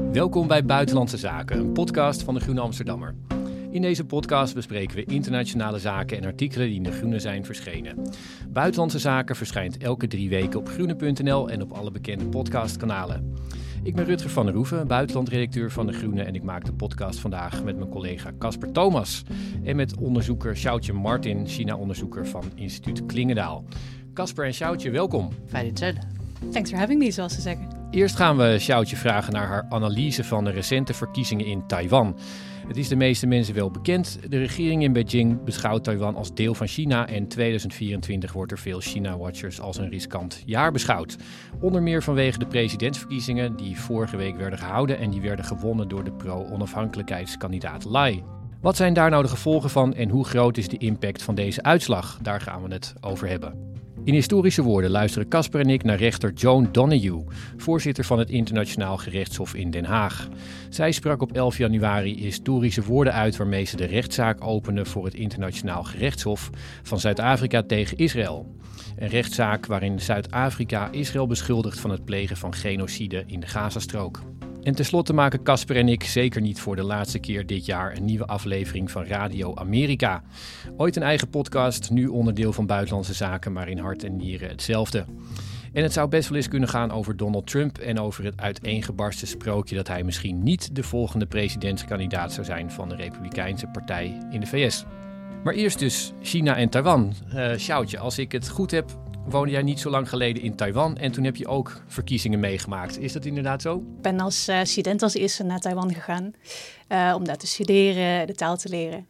Welkom bij Buitenlandse Zaken, een podcast van de Groene Amsterdammer. In deze podcast bespreken we internationale zaken en artikelen die in de Groene zijn verschenen. Buitenlandse Zaken verschijnt elke 3 weken op groene.nl en op alle bekende podcastkanalen. Ik ben Rutger van der Hoeven, buitenlandredacteur van de Groene en ik maak de podcast vandaag met mijn collega Casper Thomas en met onderzoeker Sjoutje Martin, China-onderzoeker van instituut Klingendaal. Casper en Sjoutje, welkom. Fijn dit te zijn. Thanks for having me, zoals ze zeggen. Eerst gaan we Sjoutje vragen naar haar analyse van de recente verkiezingen in Taiwan. Het is de meeste mensen wel bekend. De regering in Beijing beschouwt Taiwan als deel van China en 2024 wordt door veel China-watchers als een riskant jaar beschouwd. Onder meer vanwege de presidentsverkiezingen die vorige week werden gehouden en die werden gewonnen door de pro-onafhankelijkheidskandidaat Lai. Wat zijn daar nou de gevolgen van en hoe groot is de impact van deze uitslag? Daar gaan we het over hebben. In historische woorden luisteren Casper en ik naar rechter Joan Donoghue, voorzitter van het Internationaal Gerechtshof in Den Haag. Zij sprak op 11 januari historische woorden uit waarmee ze de rechtszaak opende voor het Internationaal Gerechtshof van Zuid-Afrika tegen Israël. Een rechtszaak waarin Zuid-Afrika Israël beschuldigt van het plegen van genocide in de Gazastrook. En tenslotte maken Casper en ik zeker niet voor de laatste keer dit jaar een nieuwe aflevering van Radio Amerika. Ooit een eigen podcast, nu onderdeel van Buitenlandse Zaken, maar in hart en nieren hetzelfde. En het zou best wel eens kunnen gaan over Donald Trump en over het uiteengebarsten sprookje dat hij misschien niet de volgende presidentskandidaat zou zijn van de Republikeinse Partij in de VS. Maar eerst dus China en Taiwan. Sjoutje, als ik het goed heb, woonde jij niet zo lang geleden in Taiwan en toen heb je ook verkiezingen meegemaakt. Is dat inderdaad zo? Ik ben als student als eerste naar Taiwan gegaan om daar te studeren, de taal te leren.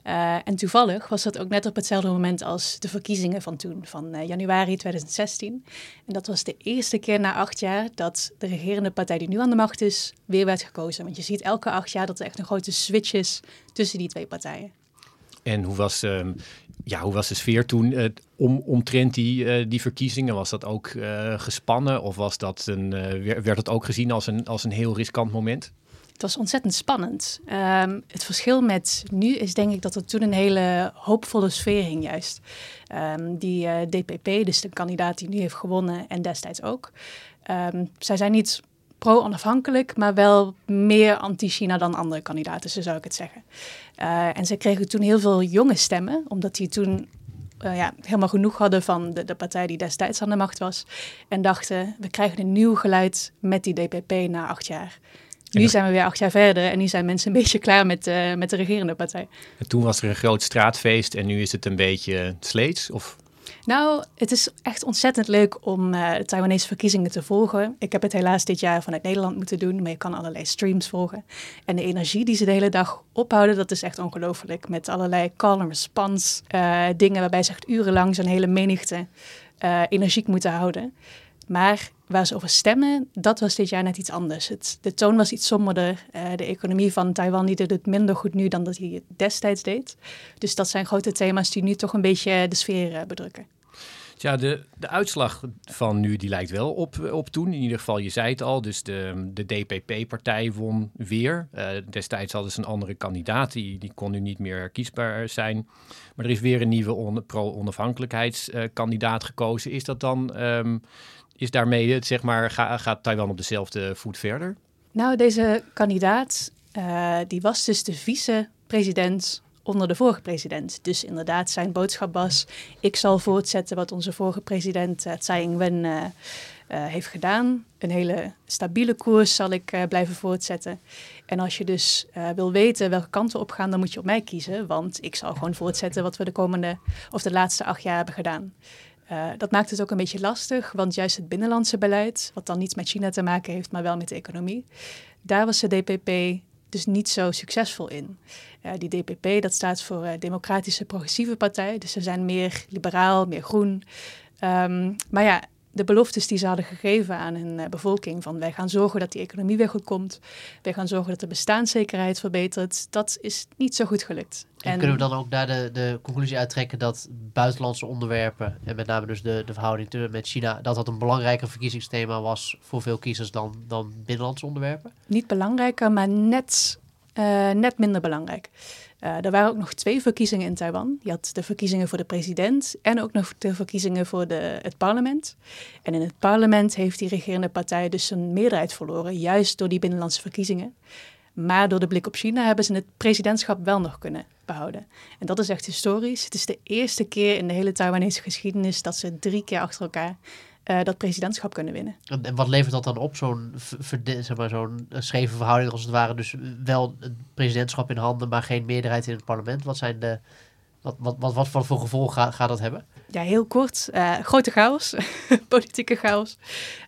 En toevallig was dat ook net op hetzelfde moment als de verkiezingen van toen, van januari 2016. En dat was de eerste keer na 8 jaar dat de regerende partij die nu aan de macht is, weer werd gekozen. Want je ziet elke 8 jaar dat er echt een grote switch is tussen die twee partijen. En hoe was de sfeer toen omtrent die verkiezingen? Was dat ook gespannen of werd het ook gezien als een heel riskant moment? Het was ontzettend spannend. Het verschil met nu is denk ik dat er toen een hele hoopvolle sfeer hing juist. Die DPP, dus de kandidaat die nu heeft gewonnen en destijds ook. Zij zijn niet pro-onafhankelijk, maar wel meer anti-China dan andere kandidaten, zo zou ik het zeggen. En ze kregen toen heel veel jonge stemmen, omdat die toen helemaal genoeg hadden van de partij die destijds aan de macht was. En dachten, we krijgen een nieuw geluid met die DPP na 8 jaar. Nu zijn we weer 8 jaar verder en nu zijn mensen een beetje klaar met de regerende partij. En toen was er een groot straatfeest en nu is het een beetje sleets, of? Nou, het is echt ontzettend leuk om de Taiwanese verkiezingen te volgen. Ik heb het helaas dit jaar vanuit Nederland moeten doen, maar je kan allerlei streams volgen. En de energie die ze de hele dag ophouden, dat is echt ongelooflijk. Met allerlei call and response dingen waarbij ze echt urenlang zo'n hele menigte energiek moeten houden. Maar waar ze over stemmen, dat was dit jaar net iets anders. De toon was iets somberder. De economie van Taiwan die doet het minder goed nu dan dat hij het destijds deed. Dus dat zijn grote thema's die nu toch een beetje de sfeer bedrukken. Ja, de uitslag van nu die lijkt wel op toen. In ieder geval, je zei het al, dus de DPP-partij won weer. Destijds hadden ze een andere kandidaat, die kon nu niet meer kiesbaar zijn. Maar er is weer een nieuwe pro-onafhankelijkheidskandidaat gekozen. Is dat dan, is daarmee, zeg maar, gaat Taiwan op dezelfde voet verder? Nou, deze kandidaat, die was dus de vice-president onder de vorige president. Dus inderdaad, zijn boodschap was, ik zal voortzetten wat onze vorige president Tsai Ing-wen heeft gedaan. Een hele stabiele koers zal ik blijven voortzetten. En als je dus wil weten welke kant we op gaan, dan moet je op mij kiezen. Want ik zal gewoon voortzetten wat we de laatste 8 jaar hebben gedaan. Dat maakt het ook een beetje lastig, want juist het binnenlandse beleid, wat dan niets met China te maken heeft, maar wel met de economie, daar was de DPP dus niet zo succesvol in. Die DPP, dat staat voor Democratische Progressieve Partij. Dus ze zijn meer liberaal, meer groen. Maar ja, de beloftes die ze hadden gegeven aan hun bevolking, van wij gaan zorgen dat die economie weer goed komt, wij gaan zorgen dat de bestaanszekerheid verbetert, dat is niet zo goed gelukt. En kunnen we dan ook daar de conclusie uittrekken dat buitenlandse onderwerpen, en met name dus de verhouding met China, dat een belangrijker verkiezingsthema was voor veel kiezers dan binnenlandse onderwerpen? Niet belangrijker, maar net minder belangrijk. Er waren ook nog 2 verkiezingen in Taiwan. Je had de verkiezingen voor de president en ook nog de verkiezingen voor het parlement. En in het parlement heeft die regerende partij dus een meerderheid verloren, juist door die binnenlandse verkiezingen. Maar door de blik op China hebben ze het presidentschap wel nog kunnen behouden. En dat is echt historisch. Het is de eerste keer in de hele Taiwanese geschiedenis dat ze 3 keer achter elkaar dat presidentschap kunnen winnen. En wat levert dat dan op, zo'n scheve verhouding als het ware? Dus wel het presidentschap in handen, maar geen meerderheid in het parlement. Wat voor gevolgen gaat dat hebben? Ja, heel kort. Grote chaos. Politieke chaos.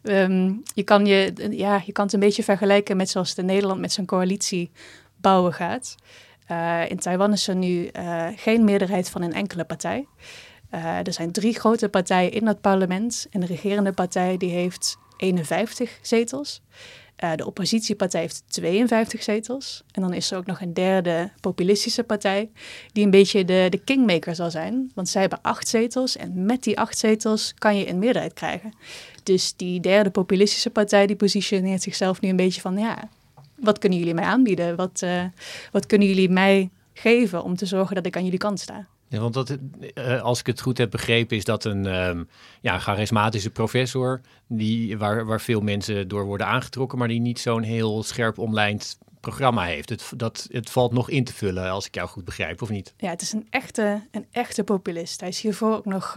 Je kan het een beetje vergelijken met zoals Nederland met zijn coalitie bouwen gaat. In Taiwan is er nu geen meerderheid van een enkele partij. Er zijn 3 grote partijen in het parlement. En de regerende partij die heeft 51 zetels. De oppositiepartij heeft 52 zetels. En dan is er ook nog een derde populistische partij die een beetje de kingmaker zal zijn. Want zij hebben 8 zetels en met die 8 zetels kan je een meerderheid krijgen. Dus die derde populistische partij die positioneert zichzelf nu een beetje van, ja, wat kunnen jullie mij aanbieden? Wat kunnen jullie mij geven om te zorgen dat ik aan jullie kant sta? Ja, want als ik het goed heb begrepen, is dat een charismatische professor waar veel mensen door worden aangetrokken, maar die niet zo'n heel scherp omlijnd programma heeft. Het valt nog in te vullen, als ik jou goed begrijp, of niet? Ja, het is een echte populist. Hij is hiervoor ook nog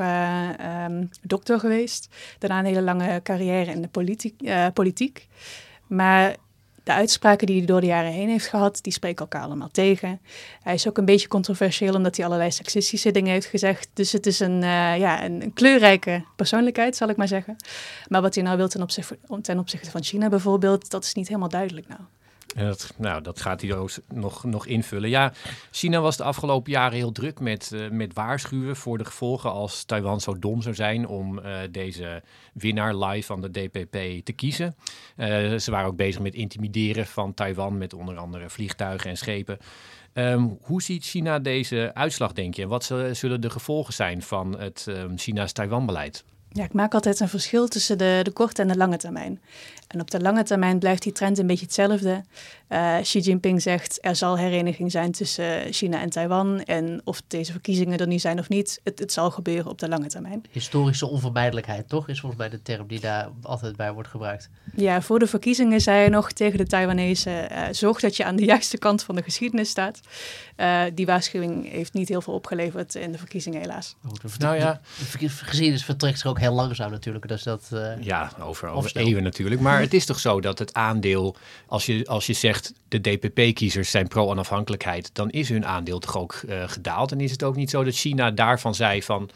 dokter geweest. Daarna een hele lange carrière in de politiek. Maar de uitspraken die hij door de jaren heen heeft gehad, die spreken elkaar allemaal tegen. Hij is ook een beetje controversieel omdat hij allerlei seksistische dingen heeft gezegd. Dus het is een kleurrijke persoonlijkheid, zal ik maar zeggen. Maar wat hij nou wil ten opzichte van China bijvoorbeeld, dat is niet helemaal duidelijk nou. Dat gaat hij ook nog invullen. Ja, China was de afgelopen jaren heel druk met waarschuwen voor de gevolgen als Taiwan zo dom zou zijn om deze winnaar live van de DPP te kiezen. Ze waren ook bezig met intimideren van Taiwan met onder andere vliegtuigen en schepen. Hoe ziet China deze uitslag, denk je? En wat zullen de gevolgen zijn van het China's Taiwan-beleid? Ja, ik maak altijd een verschil tussen de korte en de lange termijn. En op de lange termijn blijft die trend een beetje hetzelfde. Xi Jinping zegt er zal hereniging zijn tussen China en Taiwan. En of deze verkiezingen er nu zijn of niet, het zal gebeuren op de lange termijn. Historische onvermijdelijkheid, toch? Is volgens mij de term die daar altijd bij wordt gebruikt. Ja, voor de verkiezingen zei hij nog tegen de Taiwanese, zorg dat je aan de juiste kant van de geschiedenis staat. Die waarschuwing heeft niet heel veel opgeleverd in de verkiezingen helaas. De geschiedenis vertrekt zich ook heel langzaam natuurlijk. Dus dat, over eeuwen natuurlijk. Maar het is toch zo dat het aandeel, als je zegt de DPP-kiezers zijn pro-onafhankelijkheid, dan is hun aandeel toch ook gedaald. En is het ook niet zo dat China daarvan zei van,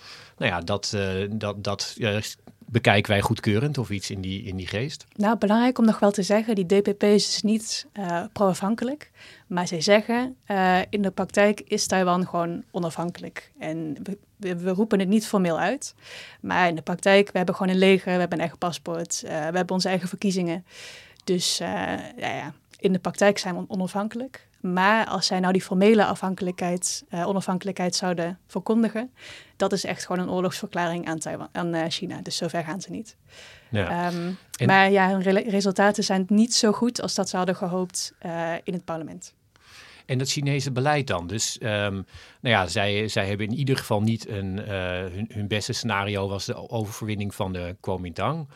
dat bekijken wij goedkeurend of iets in die geest? Nou, belangrijk om nog wel te zeggen, die DPP is dus niet pro-afhankelijk. Maar zij zeggen, in de praktijk is Taiwan gewoon onafhankelijk. En we roepen het niet formeel uit. Maar in de praktijk, we hebben gewoon een leger, we hebben een eigen paspoort, we hebben onze eigen verkiezingen. Dus in de praktijk zijn we onafhankelijk. Maar als zij nou die formele onafhankelijkheid zouden verkondigen, dat is echt gewoon een oorlogsverklaring aan China. Dus zover gaan ze niet. Ja. Maar ja, hun resultaten zijn niet zo goed als dat ze hadden gehoopt in het parlement. En dat Chinese beleid dan? Dus zij hebben in ieder geval niet hun beste scenario was de overwinning van de Kuomintang.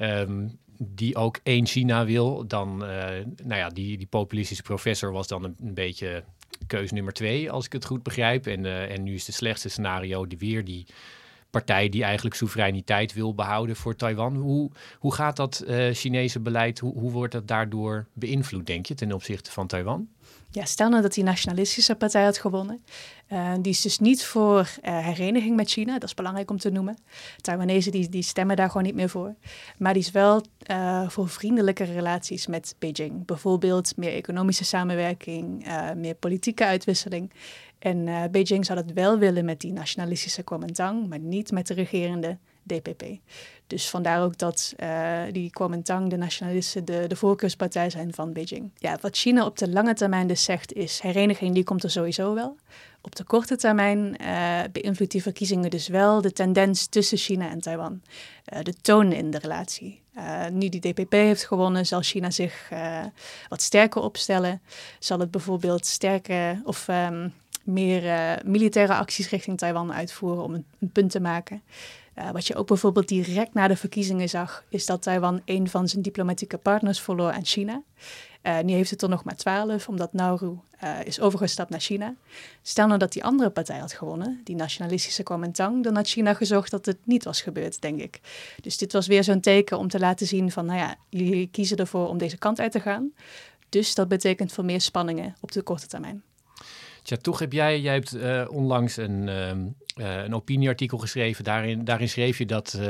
Die ook één China wil, dan die populistische professor was dan een beetje keus nummer 2, als ik het goed begrijp. En nu is het slechtste scenario die partij die eigenlijk soevereiniteit wil behouden voor Taiwan. Hoe gaat dat Chinese beleid, hoe wordt dat daardoor beïnvloed, denk je, ten opzichte van Taiwan? Ja, stel nou dat die nationalistische partij had gewonnen. Die is dus niet voor hereniging met China. Dat is belangrijk om te noemen. Taiwanese die stemmen daar gewoon niet meer voor. Maar die is wel voor vriendelijkere relaties met Beijing. Bijvoorbeeld meer economische samenwerking, meer politieke uitwisseling. En Beijing zou dat wel willen met die nationalistische Kuomintang, maar niet met de regerende DPP. Dus vandaar ook dat die Kuomintang, de nationalisten, de voorkeurspartij zijn van Beijing. Ja, wat China op de lange termijn dus zegt is, hereniging die komt er sowieso wel. Op de korte termijn beïnvloedt die verkiezingen dus wel de tendens tussen China en Taiwan. De toon in de relatie. Nu die DPP heeft gewonnen, zal China zich wat sterker opstellen. Zal het bijvoorbeeld meer militaire acties richting Taiwan uitvoeren om een punt te maken. Wat je ook bijvoorbeeld direct na de verkiezingen zag, is dat Taiwan een van zijn diplomatieke partners verloor aan China. Nu heeft het er nog maar 12, omdat Nauru is overgestapt naar China. Stel nou dat die andere partij had gewonnen, die nationalistische Kuomintang, dan had China gezorgd dat het niet was gebeurd, denk ik. Dus dit was weer zo'n teken om te laten zien van, nou ja, jullie kiezen ervoor om deze kant uit te gaan. Dus dat betekent voor meer spanningen op de korte termijn. Tja, toch jij hebt onlangs een opinieartikel geschreven. Daarin schreef je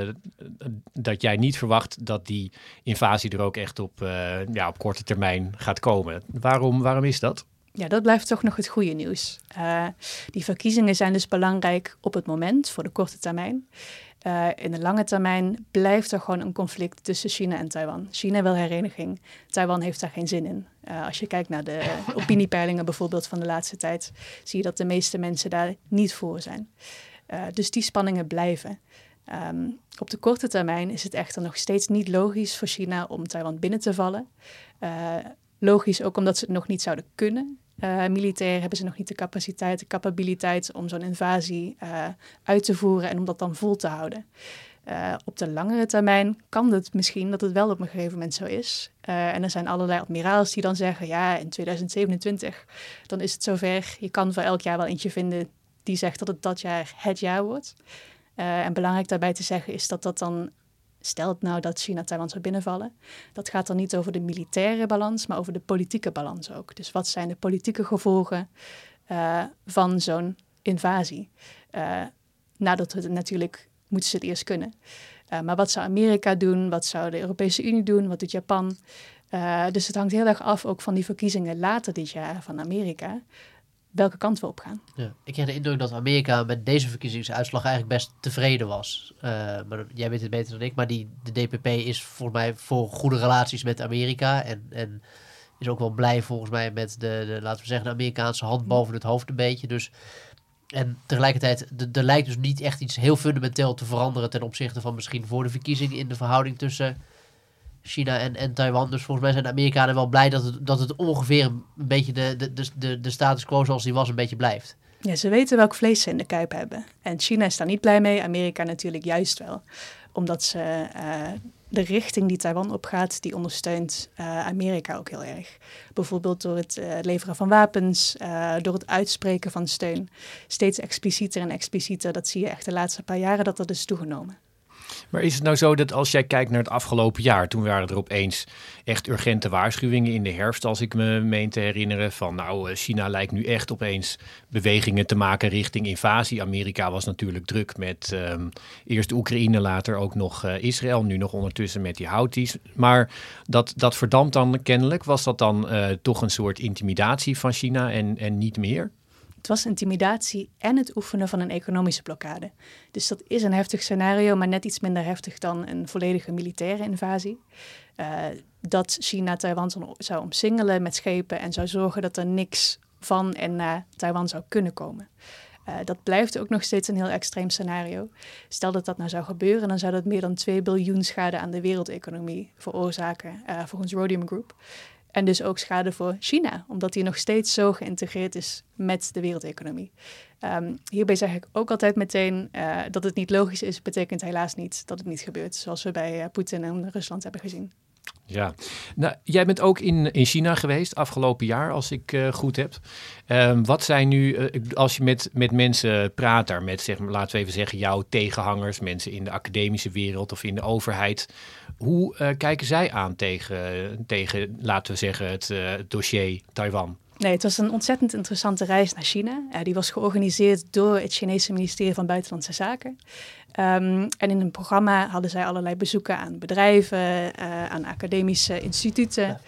dat jij niet verwacht dat die invasie er ook echt op korte termijn gaat komen. Waarom is dat? Ja, dat blijft toch nog het goede nieuws. Die verkiezingen zijn dus belangrijk op het moment, voor de korte termijn. In de lange termijn blijft er gewoon een conflict tussen China en Taiwan. China wil hereniging, Taiwan heeft daar geen zin in. Als je kijkt naar de opiniepeilingen bijvoorbeeld van de laatste tijd, zie je dat de meeste mensen daar niet voor zijn. Dus die spanningen blijven. Op de korte termijn is het echter nog steeds niet logisch voor China om Taiwan binnen te vallen. Logisch ook omdat ze het nog niet zouden kunnen. Militair hebben ze nog niet de capaciteit, de capabiliteit om zo'n invasie uit te voeren en om dat dan vol te houden. Op de langere termijn kan het misschien dat het wel op een gegeven moment zo is. En er zijn allerlei admiraals die dan zeggen, ja, in 2027, dan is het zover. Je kan voor elk jaar wel eentje vinden die zegt dat het dat jaar het jaar wordt. En belangrijk daarbij te zeggen is dat dan, stelt nou dat China Taiwan zou binnenvallen, dat gaat dan niet over de militaire balans, maar over de politieke balans ook. Dus wat zijn de politieke gevolgen van zo'n invasie? Nadat we het natuurlijk, moeten ze het eerst kunnen. Maar wat zou Amerika doen? Wat zou de Europese Unie doen? Wat doet Japan? Dus het hangt heel erg af ook van die verkiezingen later dit jaar van Amerika, welke kant we op gaan. Ja, ik kreeg de indruk dat Amerika met deze verkiezingsuitslag eigenlijk best tevreden was. Maar jij weet het beter dan ik, maar de DPP is volgens mij voor goede relaties met Amerika en is ook wel blij volgens mij met de laten we zeggen, de Amerikaanse hand boven het hoofd een beetje. Dus, en tegelijkertijd, er lijkt dus niet echt iets heel fundamenteel te veranderen ten opzichte van misschien voor de verkiezingen in de verhouding tussen China en Taiwan. Dus volgens mij zijn de Amerikanen wel blij dat het ongeveer een beetje de status quo zoals die was een beetje blijft. Ja, ze weten welk vlees ze in de kuip hebben. En China is daar niet blij mee, Amerika natuurlijk juist wel. Omdat ze de richting die Taiwan opgaat, die ondersteunt Amerika ook heel erg. Bijvoorbeeld door het leveren van wapens, door het uitspreken van steun. Steeds explicieter en explicieter, dat zie je echt de laatste paar jaren dat is toegenomen. Maar is het nou zo dat als jij kijkt naar het afgelopen jaar, toen waren er opeens echt urgente waarschuwingen in de herfst, als ik me meen te herinneren, van nou, China lijkt nu echt opeens bewegingen te maken richting invasie. Amerika was natuurlijk druk met eerst Oekraïne, later ook nog Israël, nu nog ondertussen met die Houthis. Maar dat verdampt dan kennelijk. Was dat dan toch een soort intimidatie van China en niet meer? Het was intimidatie en het oefenen van een economische blokkade. Dus dat is een heftig scenario, maar net iets minder heftig dan een volledige militaire invasie. Dat China Taiwan zou omsingelen met schepen en zou zorgen dat er niks van en naar Taiwan zou kunnen komen. Dat blijft ook nog steeds een heel extreem scenario. Stel dat dat nou zou gebeuren, dan zou dat meer dan 2 biljoen schade aan de wereldeconomie veroorzaken, volgens Rhodium Group. En dus ook schade voor China, omdat die nog steeds zo geïntegreerd is met de wereldeconomie. Hierbij zeg ik ook altijd meteen dat het niet logisch is, betekent helaas niet dat het niet gebeurt, zoals we bij Poetin en Rusland hebben gezien. Ja, nou, jij bent ook in China geweest afgelopen jaar, als ik goed heb. Wat zijn nu, als je met mensen praat daar, met zeg maar, laten we even zeggen, jouw tegenhangers, mensen in de academische wereld of in de overheid, hoe kijken zij aan tegen laten we zeggen, het dossier Taiwan? Nee, het was een ontzettend interessante reis naar China. Die was georganiseerd door het Chinese ministerie van Buitenlandse Zaken. En in een programma hadden zij allerlei bezoeken aan bedrijven, aan academische instituten,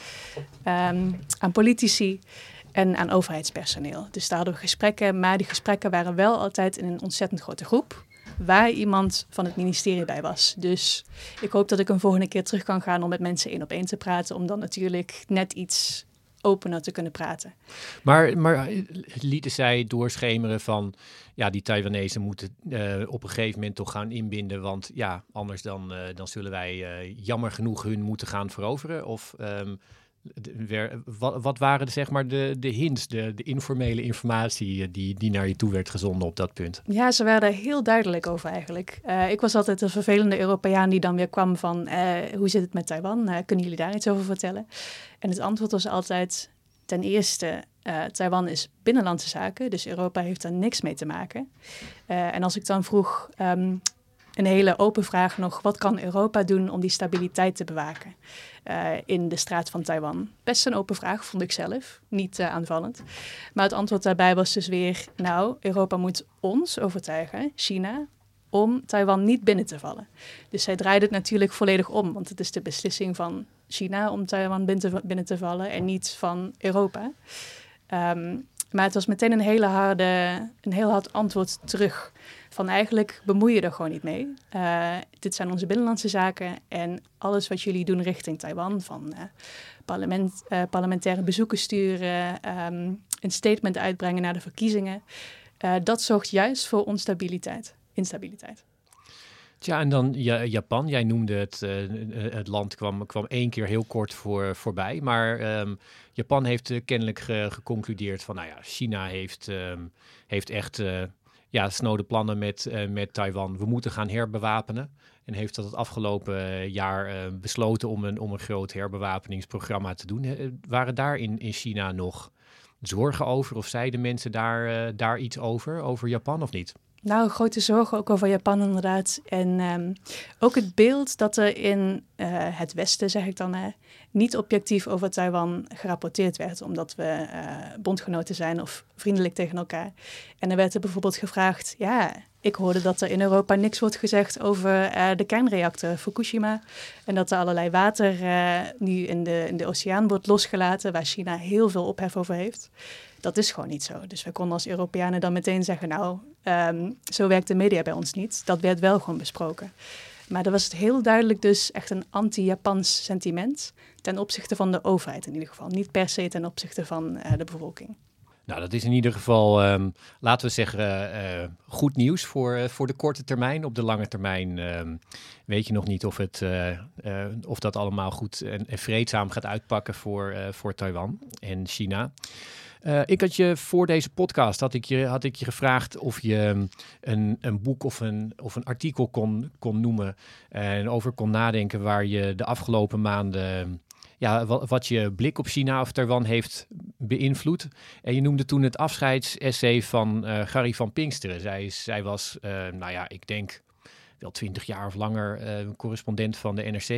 aan politici en aan overheidspersoneel. Dus daar hadden we gesprekken, maar die gesprekken waren wel altijd in een ontzettend grote groep, waar iemand van het ministerie bij was. Dus ik hoop dat ik een volgende keer terug kan gaan om met mensen 1-op-1 te praten, om dan natuurlijk net iets opener te kunnen praten. Maar lieten zij doorschemeren van, ja, die Taiwanese moeten op een gegeven moment toch gaan inbinden, want ja, anders dan zullen wij jammer genoeg hun moeten gaan veroveren? Of Wat waren zeg maar de hints, de informele informatie die naar je toe werd gezonden op dat punt? Ja, ze waren er heel duidelijk over eigenlijk. Ik was altijd een vervelende Europeaan die dan weer kwam van... hoe zit het met Taiwan? Kunnen jullie daar iets over vertellen? En het antwoord was altijd... Ten eerste, Taiwan is binnenlandse zaken, dus Europa heeft daar niks mee te maken. En als ik dan vroeg, een hele open vraag nog... wat kan Europa doen om die stabiliteit te bewaken in de straat van Taiwan? Best een open vraag, vond ik zelf. Niet aanvallend. Maar het antwoord daarbij was dus weer... nou, Europa moet ons overtuigen, China... om Taiwan niet binnen te vallen. Dus zij draaide het natuurlijk volledig om... want het is de beslissing van China om Taiwan binnen te vallen... en niet van Europa. Maar het was meteen een heel hard antwoord terug... van eigenlijk bemoei je er gewoon niet mee. Dit zijn onze binnenlandse zaken... en alles wat jullie doen richting Taiwan... van parlementaire bezoeken sturen... een statement uitbrengen naar de verkiezingen... dat zorgt juist voor instabiliteit. Tja, en dan Japan. Jij noemde het land kwam 1 keer heel kort voorbij. Maar Japan heeft kennelijk geconcludeerd van... nou ja, China heeft echt snode plannen met Taiwan. We moeten gaan herbewapenen. En heeft dat het afgelopen jaar besloten om een groot herbewapeningsprogramma te doen. Waren daar in China nog zorgen over? Of zeiden mensen daar iets over Japan of niet? Nou, grote zorgen ook over Japan inderdaad. En ook het beeld dat er in het Westen, zeg ik dan, niet objectief over Taiwan gerapporteerd werd. Omdat we bondgenoten zijn of vriendelijk tegen elkaar. En er werd er bijvoorbeeld gevraagd, ik hoorde dat er in Europa niks wordt gezegd over de kernreactor Fukushima. En dat er allerlei water nu in de oceaan wordt losgelaten, waar China heel veel ophef over heeft. Dat is gewoon niet zo. Dus we konden als Europeanen dan meteen zeggen... zo werkt de media bij ons niet. Dat werd wel gewoon besproken. Maar er was het heel duidelijk dus echt een anti-Japans sentiment... ten opzichte van de overheid in ieder geval. Niet per se ten opzichte van de bevolking. Nou, dat is in ieder geval, laten we zeggen, goed nieuws voor de korte termijn. Op de lange termijn weet je nog niet of dat allemaal goed en vreedzaam gaat uitpakken voor Taiwan en China. Ik had je voor deze podcast had ik je gevraagd of je een boek of een artikel kon noemen en over kon nadenken waar je de afgelopen maanden wat je blik op China of Taiwan heeft beïnvloed. En je noemde toen het afscheidsessay van Gary van Pinksteren. Zij was, ik denk wel 20 jaar of langer correspondent van de NRC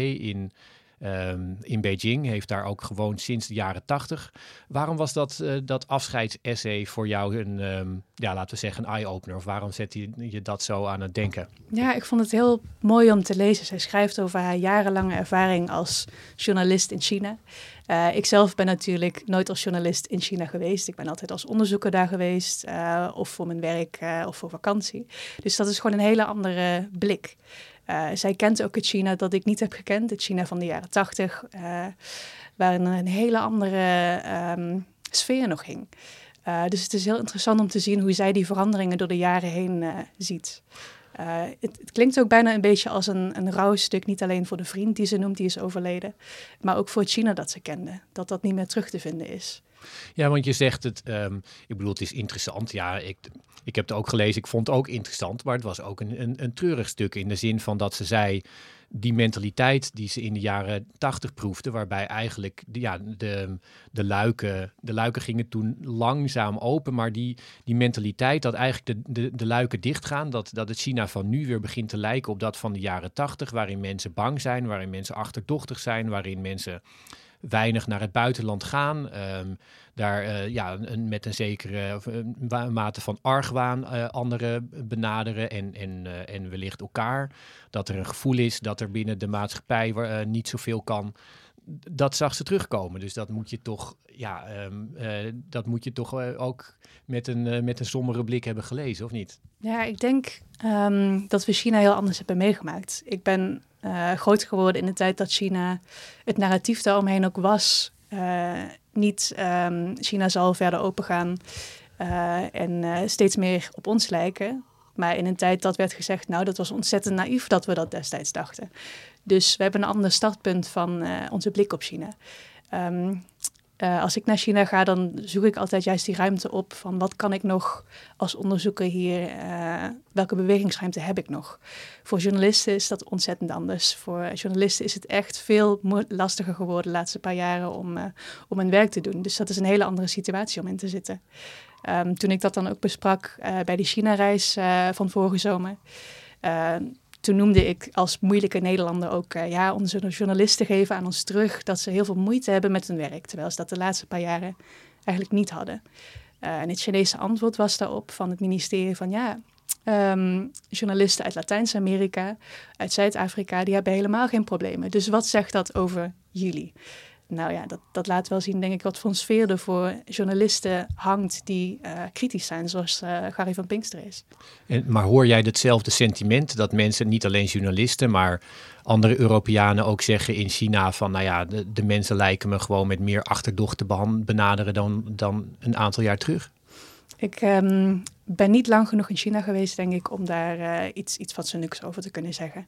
in Beijing. Heeft daar ook gewoond sinds de jaren 80. Waarom was dat afscheidsessay voor jou laten we zeggen, een eye-opener? Of waarom zette je dat zo aan het denken? Ja, ik vond het heel mooi om te lezen. Zij schrijft over haar jarenlange ervaring als journalist in China. Ik zelf ben natuurlijk nooit als journalist in China geweest. Ik ben altijd als onderzoeker daar geweest. Of voor mijn werk of voor vakantie. Dus dat is gewoon een hele andere blik. Zij kent ook het China dat ik niet heb gekend. Het China van de jaren 80. Waarin een hele andere sfeer nog hing. Dus het is heel interessant om te zien hoe zij die veranderingen door de jaren heen ziet. Het klinkt ook bijna een beetje als een rouwstuk. Niet alleen voor de vriend die ze noemt, die is overleden. Maar ook voor het China dat ze kende. Dat niet meer terug te vinden is. Ja, want je zegt het, ik bedoel, het is interessant. Ja, ik heb het ook gelezen, ik vond het ook interessant. Maar het was ook een treurig stuk in de zin van dat ze zei... die mentaliteit die ze in de jaren 80 proefde... waarbij eigenlijk de luiken gingen toen langzaam open... maar die mentaliteit dat eigenlijk de luiken dichtgaan... dat het China van nu weer begint te lijken op dat van de jaren 80... waarin mensen bang zijn, waarin mensen achterdochtig zijn... waarin mensen weinig naar het buitenland gaan... met een zekere mate van argwaan anderen benaderen en wellicht elkaar. Dat er een gevoel is dat er binnen de maatschappij niet zoveel kan. Dat zag ze terugkomen. Dus dat moet je toch ook met een sombere blik hebben gelezen, of niet? Ja, ik denk dat we China heel anders hebben meegemaakt. Ik ben groot geworden in de tijd dat China, het narratief daaromheen ook was... China zal verder opengaan en steeds meer op ons lijken. Maar in een tijd dat werd gezegd, dat was ontzettend naïef dat we dat destijds dachten. Dus we hebben een ander startpunt van onze blik op China. Als ik naar China ga, dan zoek ik altijd juist die ruimte op van wat kan ik nog als onderzoeker hier, welke bewegingsruimte heb ik nog? Voor journalisten is dat ontzettend anders. Voor journalisten is het echt veel lastiger geworden de laatste paar jaren om hun werk te doen. Dus dat is een hele andere situatie om in te zitten. Toen ik dat dan ook besprak bij die China-reis van vorige zomer, toen noemde ik als moeilijke Nederlander ook onze journalisten geven aan ons terug dat ze heel veel moeite hebben met hun werk, terwijl ze dat de laatste paar jaren eigenlijk niet hadden. En het Chinese antwoord was daarop van het ministerie van journalisten uit Latijns-Amerika, uit Zuid-Afrika, die hebben helemaal geen problemen. Dus wat zegt dat over jullie? Nou ja, dat laat wel zien, denk ik, wat voor een sfeer er voor journalisten hangt die kritisch zijn, zoals Gary van Pinkster is. Maar hoor jij hetzelfde sentiment dat mensen, niet alleen journalisten, maar andere Europeanen ook zeggen in China van, de mensen lijken me gewoon met meer achterdocht te benaderen dan een aantal jaar terug? Ik ben niet lang genoeg in China geweest, denk ik, om daar iets fatsoenlijks over te kunnen zeggen.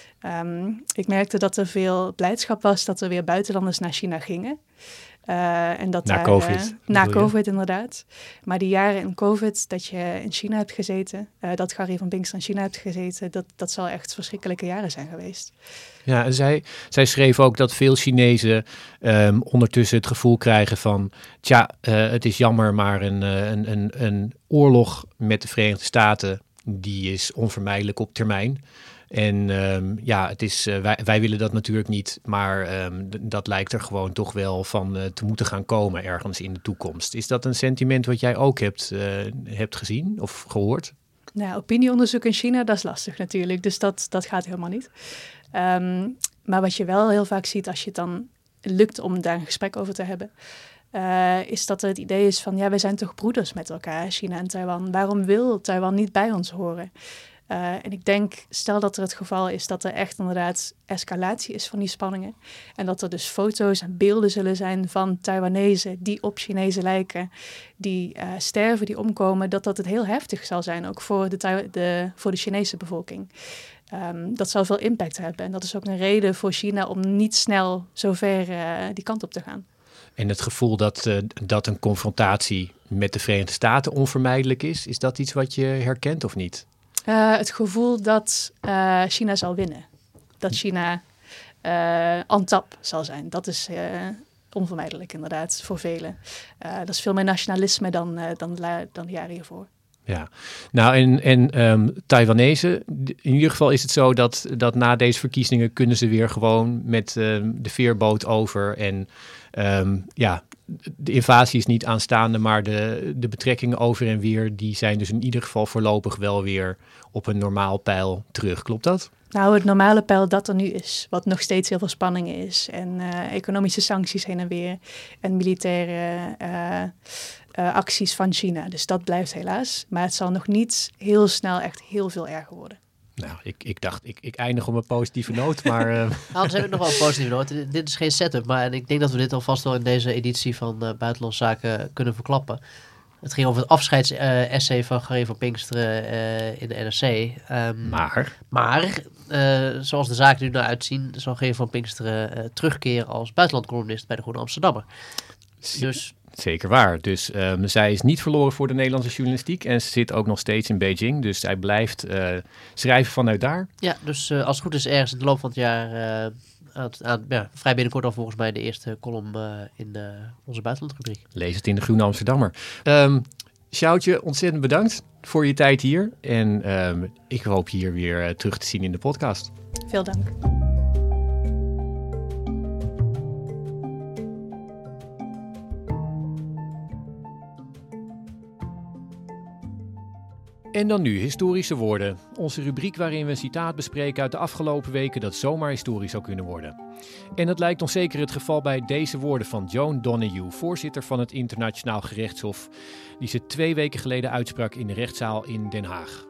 Ik merkte dat er veel blijdschap was dat er weer buitenlanders naar China gingen. En dat na COVID. Na COVID, inderdaad. Maar die jaren in COVID dat je in China hebt gezeten, dat Gary van Pinkster in China hebt gezeten, dat zal echt verschrikkelijke jaren zijn geweest. Ja, zij schreef ook dat veel Chinezen ondertussen het gevoel krijgen van, het is jammer, maar een oorlog met de Verenigde Staten, die is onvermijdelijk op termijn. En wij willen dat natuurlijk niet, maar dat lijkt er gewoon toch wel van te moeten gaan komen ergens in de toekomst. Is dat een sentiment wat jij ook hebt gezien of gehoord? Nou, opinieonderzoek in China, dat is lastig natuurlijk, dus dat gaat helemaal niet. Maar wat je wel heel vaak ziet als je het dan lukt om daar een gesprek over te hebben, is dat er het idee is van, wij zijn toch broeders met elkaar, China en Taiwan. Waarom wil Taiwan niet bij ons horen? En ik denk, stel dat er het geval is dat er echt inderdaad escalatie is van die spanningen. En dat er dus foto's en beelden zullen zijn van Taiwanezen die op Chinezen lijken. Die sterven, die omkomen. Dat het heel heftig zal zijn, ook voor de Chinese bevolking. Dat zal veel impact hebben. En dat is ook een reden voor China om niet snel zo ver die kant op te gaan. En het gevoel dat een confrontatie met de Verenigde Staten onvermijdelijk is dat iets wat je herkent of niet? Het gevoel dat China zal winnen. Dat China on top zal zijn. Dat is onvermijdelijk inderdaad voor velen. Dat is veel meer nationalisme dan de jaren hiervoor. Ja, nou en Taiwanezen, in ieder geval is het zo dat na deze verkiezingen kunnen ze weer gewoon met de veerboot over. En de invasie is niet aanstaande, maar de betrekkingen over en weer, die zijn dus in ieder geval voorlopig wel weer op een normaal peil terug. Klopt dat? Nou, het normale peil dat er nu is, wat nog steeds heel veel spanning is. En economische sancties heen en weer. En militaire acties van China. Dus dat blijft helaas. Maar het zal nog niet heel snel echt heel veel erger worden. Nou, ik dacht, ik eindig op een positieve noot, maar... Anders heb ik nog wel een positieve noot. Dit is geen setup, maar ik denk dat we dit alvast wel in deze editie van Buitenlandse Zaken kunnen verklappen. Het ging over het afscheidsessay van Gary van Pinksteren in de NRC. Maar zoals de zaken er nu naar uitzien, zal Gary van Pinksteren terugkeren als buitenlandcolumnist bij de Groene Amsterdammer. Dus... Zeker waar. Dus zij is niet verloren voor de Nederlandse journalistiek en ze zit ook nog steeds in Beijing. Dus zij blijft schrijven vanuit daar. Ja, dus als het goed is ergens in de loop van het jaar, vrij binnenkort al volgens mij de eerste column in onze buitenlandrubriek. Lees het in de Groene Amsterdammer. Sjoutje, ontzettend bedankt voor je tijd hier. En ik hoop je hier weer terug te zien in de podcast. Veel dank. En dan nu historische woorden. Onze rubriek waarin we een citaat bespreken uit de afgelopen weken dat zomaar historisch zou kunnen worden. En dat lijkt ons zeker het geval bij deze woorden van Joan Donoghue, voorzitter van het Internationaal Gerechtshof, die ze 2 weken geleden uitsprak in de rechtszaal in Den Haag.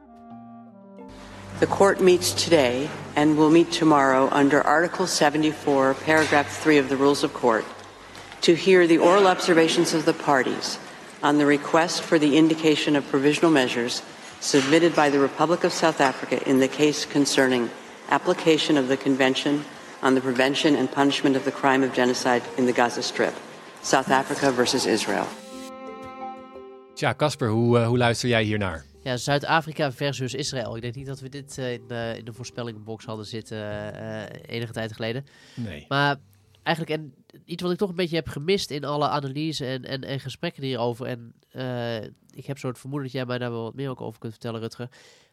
The court meets today and will meet tomorrow under Article 74, Paragraph 3 of the Rules of Court, to hear the oral observations of the parties on the request for the indication of provisional measures submitted by the Republic of South Africa in the case concerning application of the Convention on the Prevention and Punishment of the Crime of Genocide in the Gaza Strip. South Africa versus Israel. Tja, Casper, hoe luister jij hiernaar? Ja, Zuid-Afrika versus Israël. Ik denk niet dat we dit in de voorspellingbox hadden zitten enige tijd geleden. Nee. Maar eigenlijk, en iets wat ik toch een beetje heb gemist in alle analyse en gesprekken hierover. En ik heb zo het vermoeden dat jij mij daar wel wat meer ook over kunt vertellen, Rutger.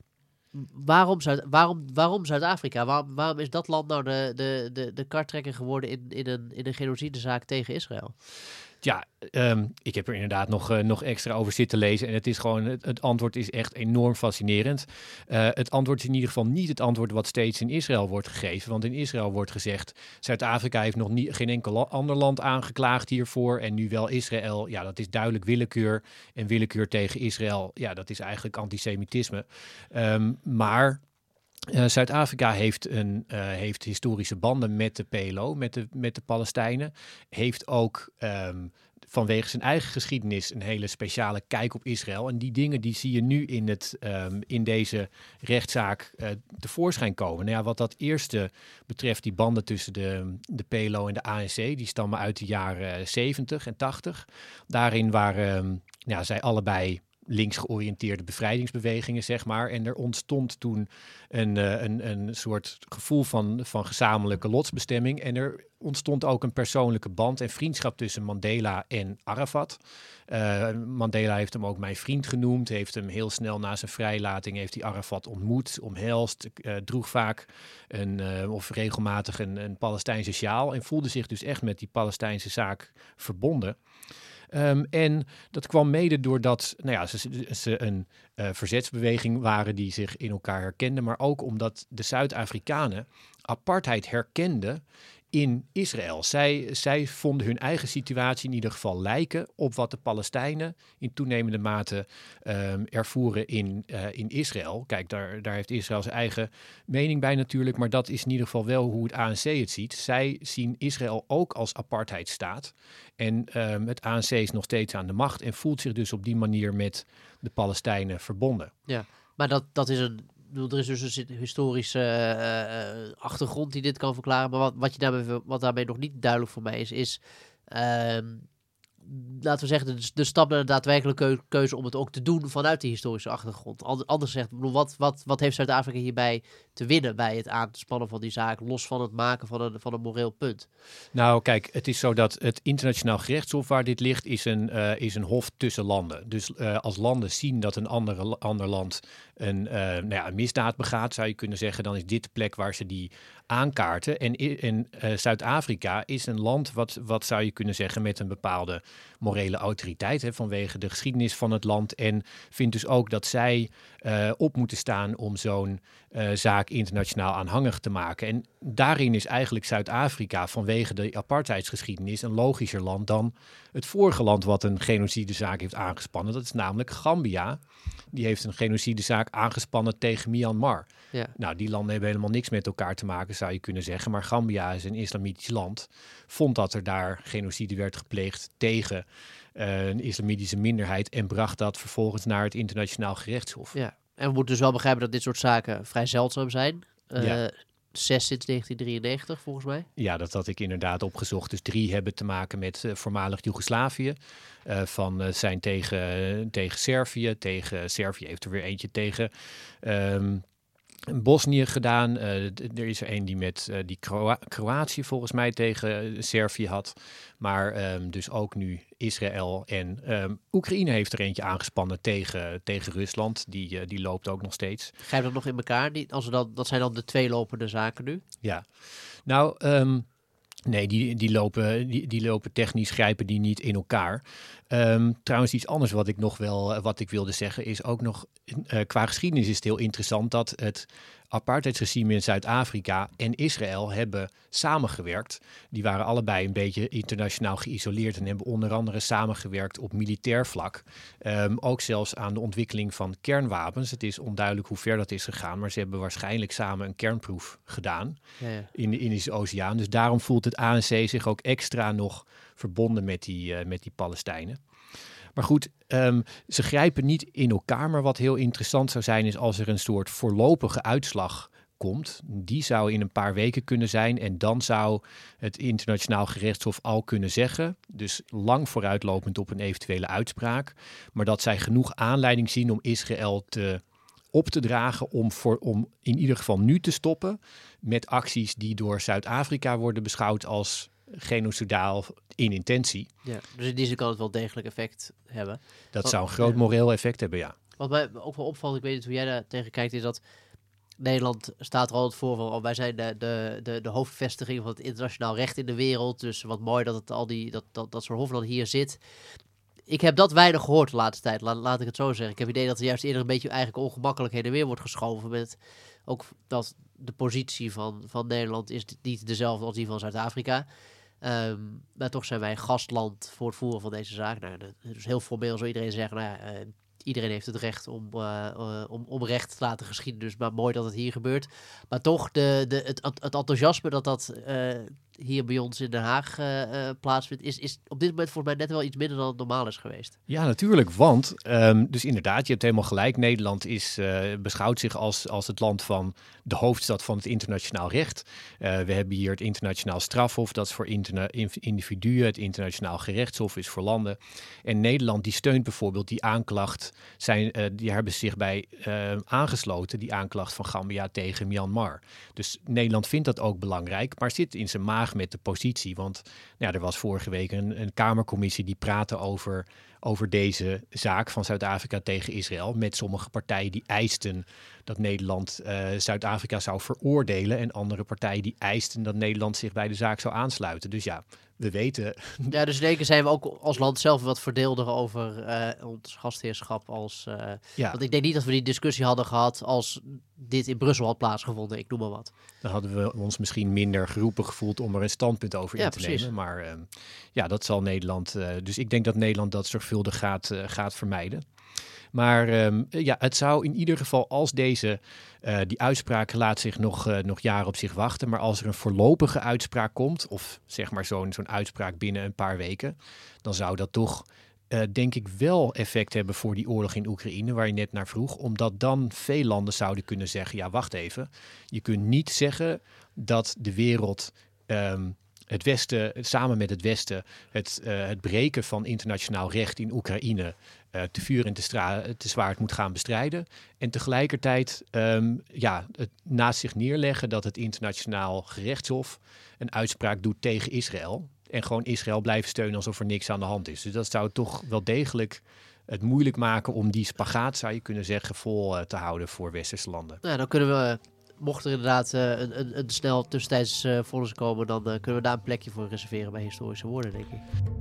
Waarom Zuid-Afrika? Waarom is dat land nou de karttrekker geworden in een genocidezaak tegen Israël? Ja, ik heb er inderdaad nog extra over zitten lezen. En het is gewoon, het antwoord is echt enorm fascinerend. Het antwoord is in ieder geval niet het antwoord wat steeds in Israël wordt gegeven. Want in Israël wordt gezegd, Zuid-Afrika heeft nog geen enkel ander land aangeklaagd hiervoor. En nu wel Israël. Ja, dat is duidelijk willekeur. En willekeur tegen Israël, ja, dat is eigenlijk antisemitisme. Maar Zuid-Afrika heeft historische banden met de PLO, met de Palestijnen. Heeft ook vanwege zijn eigen geschiedenis een hele speciale kijk op Israël. En die dingen die zie je nu in deze rechtszaak tevoorschijn komen. Nou ja, wat dat eerste betreft, die banden tussen de PLO en de ANC, die stammen uit de jaren 70 en 80. Daarin waren zij allebei links georiënteerde bevrijdingsbewegingen, zeg maar. En er ontstond toen een soort gevoel van gezamenlijke lotsbestemming. En er ontstond ook een persoonlijke band en vriendschap tussen Mandela en Arafat. Mandela heeft hem ook mijn vriend genoemd. Heeft hem heel snel na zijn vrijlating heeft hij Arafat ontmoet, omhelst, droeg vaak of regelmatig een Palestijnse sjaal en voelde zich dus echt met die Palestijnse zaak verbonden. En dat kwam mede doordat ze een verzetsbeweging waren die zich in elkaar herkenden, maar ook omdat de Zuid-Afrikanen apartheid herkenden in Israël. Zij vonden hun eigen situatie in ieder geval lijken op wat de Palestijnen in toenemende mate ervoeren in Israël. Kijk, daar heeft Israël zijn eigen mening bij natuurlijk, maar dat is in ieder geval wel hoe het ANC het ziet. Zij zien Israël ook als apartheidstaat. En het ANC is nog steeds aan de macht en voelt zich dus op die manier met de Palestijnen verbonden. Ja, maar dat is er is dus een historische achtergrond die dit kan verklaren. Maar wat daarmee nog niet duidelijk voor mij is laten we zeggen, de stap naar de daadwerkelijke keuze om het ook te doen vanuit die historische achtergrond. Anders gezegd, wat heeft Zuid-Afrika hierbij te winnen bij het aanspannen van die zaak, los van het maken van een moreel punt? Nou, kijk, het is zo dat het internationaal gerechtshof waar dit ligt, is een hof tussen landen. Dus als landen zien dat een ander land een misdaad begaat, zou je kunnen zeggen, dan is dit de plek waar ze die aankaarten. En Zuid-Afrika is een land wat zou je kunnen zeggen met een bepaalde morele autoriteit, vanwege de geschiedenis van het land, en vindt dus ook dat zij op moeten staan om zo'n zaak internationaal aanhangig te maken. En daarin is eigenlijk Zuid-Afrika vanwege de apartheidsgeschiedenis een logischer land dan het vorige land wat een genocidezaak heeft aangespannen. Dat is namelijk Gambia. Die heeft een genocidezaak aangespannen tegen Myanmar. Ja. Nou, die landen hebben helemaal niks met elkaar te maken, zou je kunnen zeggen. Maar Gambia is een islamitisch land. Vond dat er daar genocide werd gepleegd tegen een islamitische minderheid en bracht dat vervolgens naar het internationaal gerechtshof. Ja, en we moeten dus wel begrijpen dat dit soort zaken vrij zeldzaam zijn. 6 sinds 1993, volgens mij. Ja, dat had ik inderdaad opgezocht. Dus 3 hebben te maken met voormalig Joegoslavië. Zijn tegen Servië. Tegen Servië heeft er weer eentje tegen Bosnië gedaan. Er is er een die met die Kroatië volgens mij tegen Servië had. Maar dus ook nu Israël en Oekraïne heeft er eentje aangespannen tegen Rusland. Die loopt ook nog steeds. Grijpt dat nog in elkaar? Dat zijn dan de 2 lopende zaken nu? Ja, nou nee, die lopen technisch, grijpen die niet in elkaar. Trouwens, iets anders wat ik wilde zeggen is ook nog, qua geschiedenis is het heel interessant dat het apartheidsregime in Zuid-Afrika en Israël hebben samengewerkt. Die waren allebei een beetje internationaal geïsoleerd en hebben onder andere samengewerkt op militair vlak. Ook zelfs aan de ontwikkeling van kernwapens. Het is onduidelijk hoe ver dat is gegaan, maar ze hebben waarschijnlijk samen een kernproef gedaan in de Indische Oceaan. Dus daarom voelt het ANC zich ook extra nog verbonden met die Palestijnen. Maar goed, ze grijpen niet in elkaar. Maar wat heel interessant zou zijn is als er een soort voorlopige uitslag komt, die zou in een paar weken kunnen zijn. En dan zou het internationaal gerechtshof al kunnen zeggen, dus lang vooruitlopend op een eventuele uitspraak, maar dat zij genoeg aanleiding zien om Israël op te dragen om in ieder geval nu te stoppen met acties die door Zuid-Afrika worden beschouwd als genocidaal in intentie. Ja, dus in die zin kan het wel degelijk effect hebben. Dat zou een groot moreel effect hebben, ja. Wat mij ook wel opvalt, ik weet niet hoe jij daar tegen kijkt, is dat Nederland staat er altijd voor van, wij zijn de hoofdvestiging van het internationaal recht in de wereld. Dus wat mooi dat het dat soort hof dan hier zit. Ik heb dat weinig gehoord de laatste tijd, laat ik het zo zeggen. Ik heb het idee dat er juist eerder een beetje eigenlijk ongemakkelijk heen en weer wordt geschoven met ook dat de positie van Nederland is niet dezelfde als die van Zuid-Afrika. Maar toch zijn wij gastland voor het voeren van deze zaak. Nou, dus heel formeel zou iedereen zeggen, iedereen heeft het recht om recht te laten geschieden. Dus maar mooi dat het hier gebeurt. Maar toch, het enthousiasme dat hier bij ons in Den Haag plaatsvindt, is op dit moment volgens mij net wel iets minder dan het normaal is geweest. Ja, natuurlijk, want dus inderdaad, je hebt helemaal gelijk. Nederland beschouwt zich als het land van de hoofdstad van het internationaal recht. We hebben hier het internationaal strafhof, dat is voor individuen. Het internationaal gerechtshof is voor landen. En Nederland die steunt bijvoorbeeld die aanklacht, die hebben zich bij aangesloten, die aanklacht van Gambia tegen Myanmar. Dus Nederland vindt dat ook belangrijk, maar zit in zijn maag met de positie. Want er was vorige week een Kamercommissie die praatte over deze zaak van Zuid-Afrika tegen Israël met sommige partijen die eisten dat Nederland Zuid-Afrika zou veroordelen en andere partijen die eisten dat Nederland zich bij de zaak zou aansluiten. Dus ja, we weten. Ja, dus in één keer zijn we ook als land zelf wat verdeelder over ons gastheerschap. Want ik denk niet dat we die discussie hadden gehad als dit in Brussel had plaatsgevonden. Ik noem maar wat. Dan hadden we ons misschien minder geroepen gevoeld om er een standpunt over in te precies. nemen. Maar dat zal Nederland. Dus ik denk dat Nederland dat zorgvuldig gaat vermijden. Maar het zou in ieder geval als die uitspraak laat zich nog jaren op zich wachten. Maar als er een voorlopige uitspraak komt, of zeg maar zo'n uitspraak binnen een paar weken, dan zou dat toch, denk ik, wel effect hebben voor die oorlog in Oekraïne, waar je net naar vroeg. Omdat dan veel landen zouden kunnen zeggen, ja, wacht even. Je kunt niet zeggen dat de wereld het Westen, samen met het Westen, het breken van internationaal recht in Oekraïne te vuur en te zwaard moet gaan bestrijden. En tegelijkertijd het naast zich neerleggen dat het internationaal gerechtshof een uitspraak doet tegen Israël. En gewoon Israël blijven steunen alsof er niks aan de hand is. Dus dat zou toch wel degelijk het moeilijk maken om die spagaat, zou je kunnen zeggen, vol te houden voor westerse landen. Nou, dan kunnen we, mocht er inderdaad een snel tussentijds vonnis komen, dan kunnen we daar een plekje voor reserveren bij Historische Woorden, denk ik.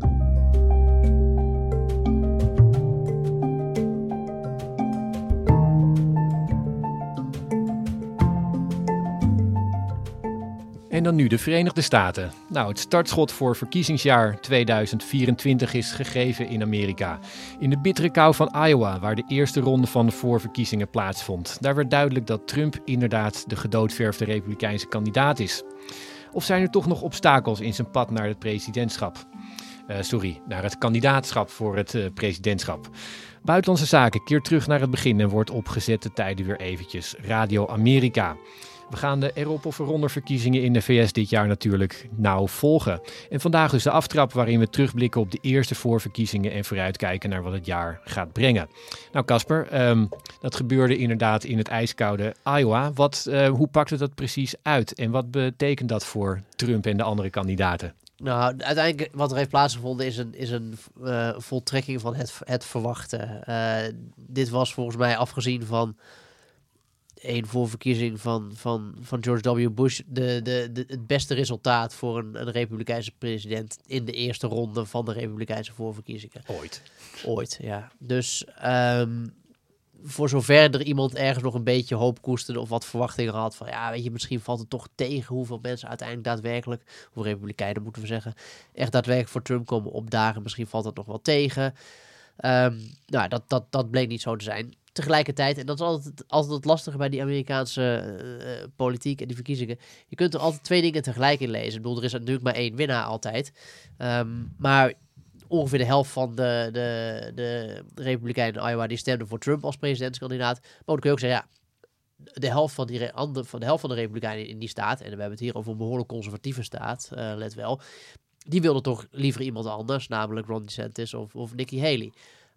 En dan nu de Verenigde Staten. Nou, het startschot voor verkiezingsjaar 2024 is gegeven in Amerika. In de bittere kou van Iowa, waar de eerste ronde van de voorverkiezingen plaatsvond. Daar werd duidelijk dat Trump inderdaad de gedoodverfde republikeinse kandidaat is. Of zijn er toch nog obstakels in zijn pad naar het presidentschap? Naar het kandidaatschap voor het presidentschap. Buitenlandse Zaken keert terug naar het begin en wordt op gezette tijden weer eventjes Radio Amerika. We gaan de erop of eronder verkiezingen in de VS dit jaar natuurlijk nauw volgen. En vandaag dus de aftrap waarin we terugblikken op de eerste voorverkiezingen en vooruitkijken naar wat het jaar gaat brengen. Nou Casper, dat gebeurde inderdaad in het ijskoude Iowa. Hoe pakte dat precies uit en wat betekent dat voor Trump en de andere kandidaten? Nou, uiteindelijk wat er heeft plaatsgevonden is een voltrekking van het verwachten. Dit was volgens mij, afgezien van een voorverkiezing van George W. Bush, het beste resultaat voor een republikeinse president in de eerste ronde van de republikeinse voorverkiezingen. Ooit, ja. Dus voor zover er iemand ergens nog een beetje hoop koesterde of wat verwachtingen had van, ja, weet je, misschien valt het toch tegen hoeveel mensen uiteindelijk daadwerkelijk, of republikeinen moeten we zeggen, echt daadwerkelijk voor Trump komen opdagen. Misschien valt het nog wel tegen. Dat bleek niet zo te zijn. Tegelijkertijd, en dat is altijd het lastige bij die Amerikaanse politiek en die verkiezingen, je kunt er altijd twee dingen tegelijk in lezen. Ik bedoel, er is natuurlijk maar één winnaar altijd. Maar ongeveer de helft van de Republikeinen in Iowa die stemden voor Trump als presidentskandidaat. Maar dan kun je ook zeggen, ja, de helft van de Republikeinen in die staat, en we hebben het hier over een behoorlijk conservatieve staat, let wel, die wilden toch liever iemand anders, namelijk Ron DeSantis of Nikki Haley.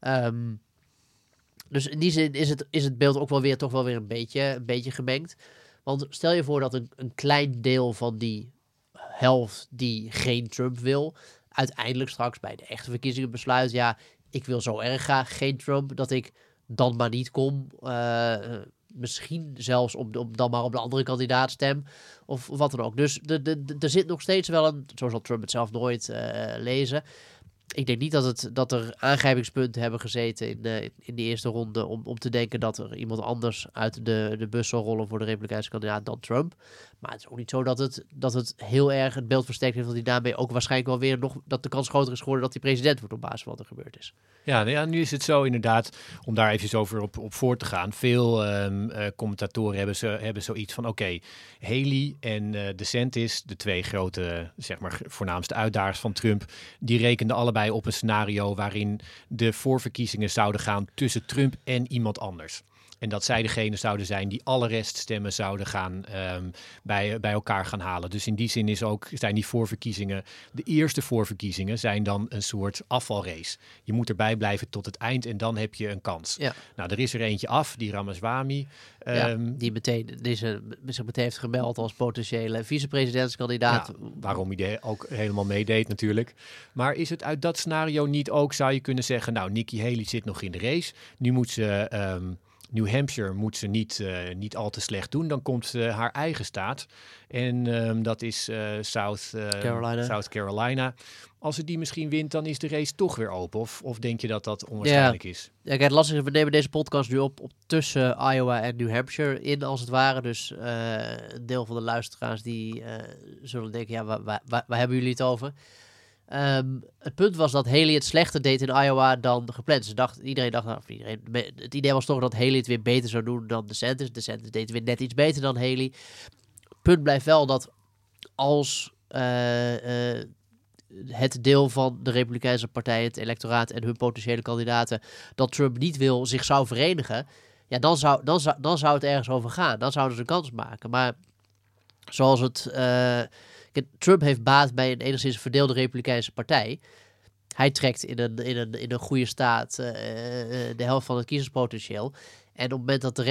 Dus in die zin is het beeld ook toch wel weer een beetje gemengd. Want stel je voor dat een klein deel van die helft die geen Trump wil, uiteindelijk straks bij de echte verkiezingen besluit, ja, ik wil zo erg graag geen Trump, dat ik dan maar niet kom. Misschien zelfs dan maar op de andere kandidaat stem. Of wat dan ook. Dus er zit nog steeds wel een, zo zal Trump het zelf nooit lezen. Ik denk niet dat er aangrijpingspunten hebben gezeten in de eerste ronde om te denken dat er iemand anders uit de bus zal rollen voor de Republikeinse kandidaat dan Trump. Maar het is ook niet zo dat het heel erg het beeld versterkt heeft, dat hij daarmee ook waarschijnlijk wel weer dat de kans groter is geworden dat hij president wordt op basis van wat er gebeurd is. Ja, nu is het zo inderdaad, om daar even over op voor te gaan. Veel commentatoren hebben zoiets van, oké, Haley en DeSantis, de twee grote, zeg maar, voornaamste uitdagers van Trump, die rekenden allebei op een scenario waarin de voorverkiezingen zouden gaan tussen Trump en iemand anders. En dat zij degene zouden zijn die alle reststemmen zouden gaan bij elkaar gaan halen. Dus in die zin zijn die voorverkiezingen, de eerste voorverkiezingen, zijn dan een soort afvalrace. Je moet erbij blijven tot het eind en dan heb je een kans. Ja. Nou, er is er eentje af, die Ramaswamy. Die zich meteen heeft gemeld als potentiële vicepresidentskandidaat. Ja, waarom hij ook helemaal meedeed natuurlijk. Maar is het uit dat scenario niet ook, zou je kunnen zeggen, nou, Nikki Haley zit nog in de race. Nu moet ze New Hampshire moet ze niet al te slecht doen. Dan komt haar eigen staat. En dat is South Carolina. Als ze die misschien wint, dan is de race toch weer open. Of denk je dat onwaarschijnlijk is? Ja, kijk, lastig is, we nemen deze podcast nu op tussen Iowa en New Hampshire in, als het ware. Dus een deel van de luisteraars die zullen denken, ja, waar hebben jullie het over? Het punt was dat Haley het slechter deed in Iowa dan gepland. Het idee was toch dat Haley het weer beter zou doen dan DeSantis. DeSantis deed het weer net iets beter dan Haley. Punt blijft wel dat als het deel van de Republikeinse partij, het electoraat en hun potentiële kandidaten, dat Trump niet wil, zich zou verenigen, ja, dan zou het ergens over gaan. Dan zouden ze een kans maken. Maar zoals het... Trump heeft baat bij een enigszins verdeelde Republikeinse partij. Hij trekt in een goede staat de helft van het kiezerspotentieel. En op het moment dat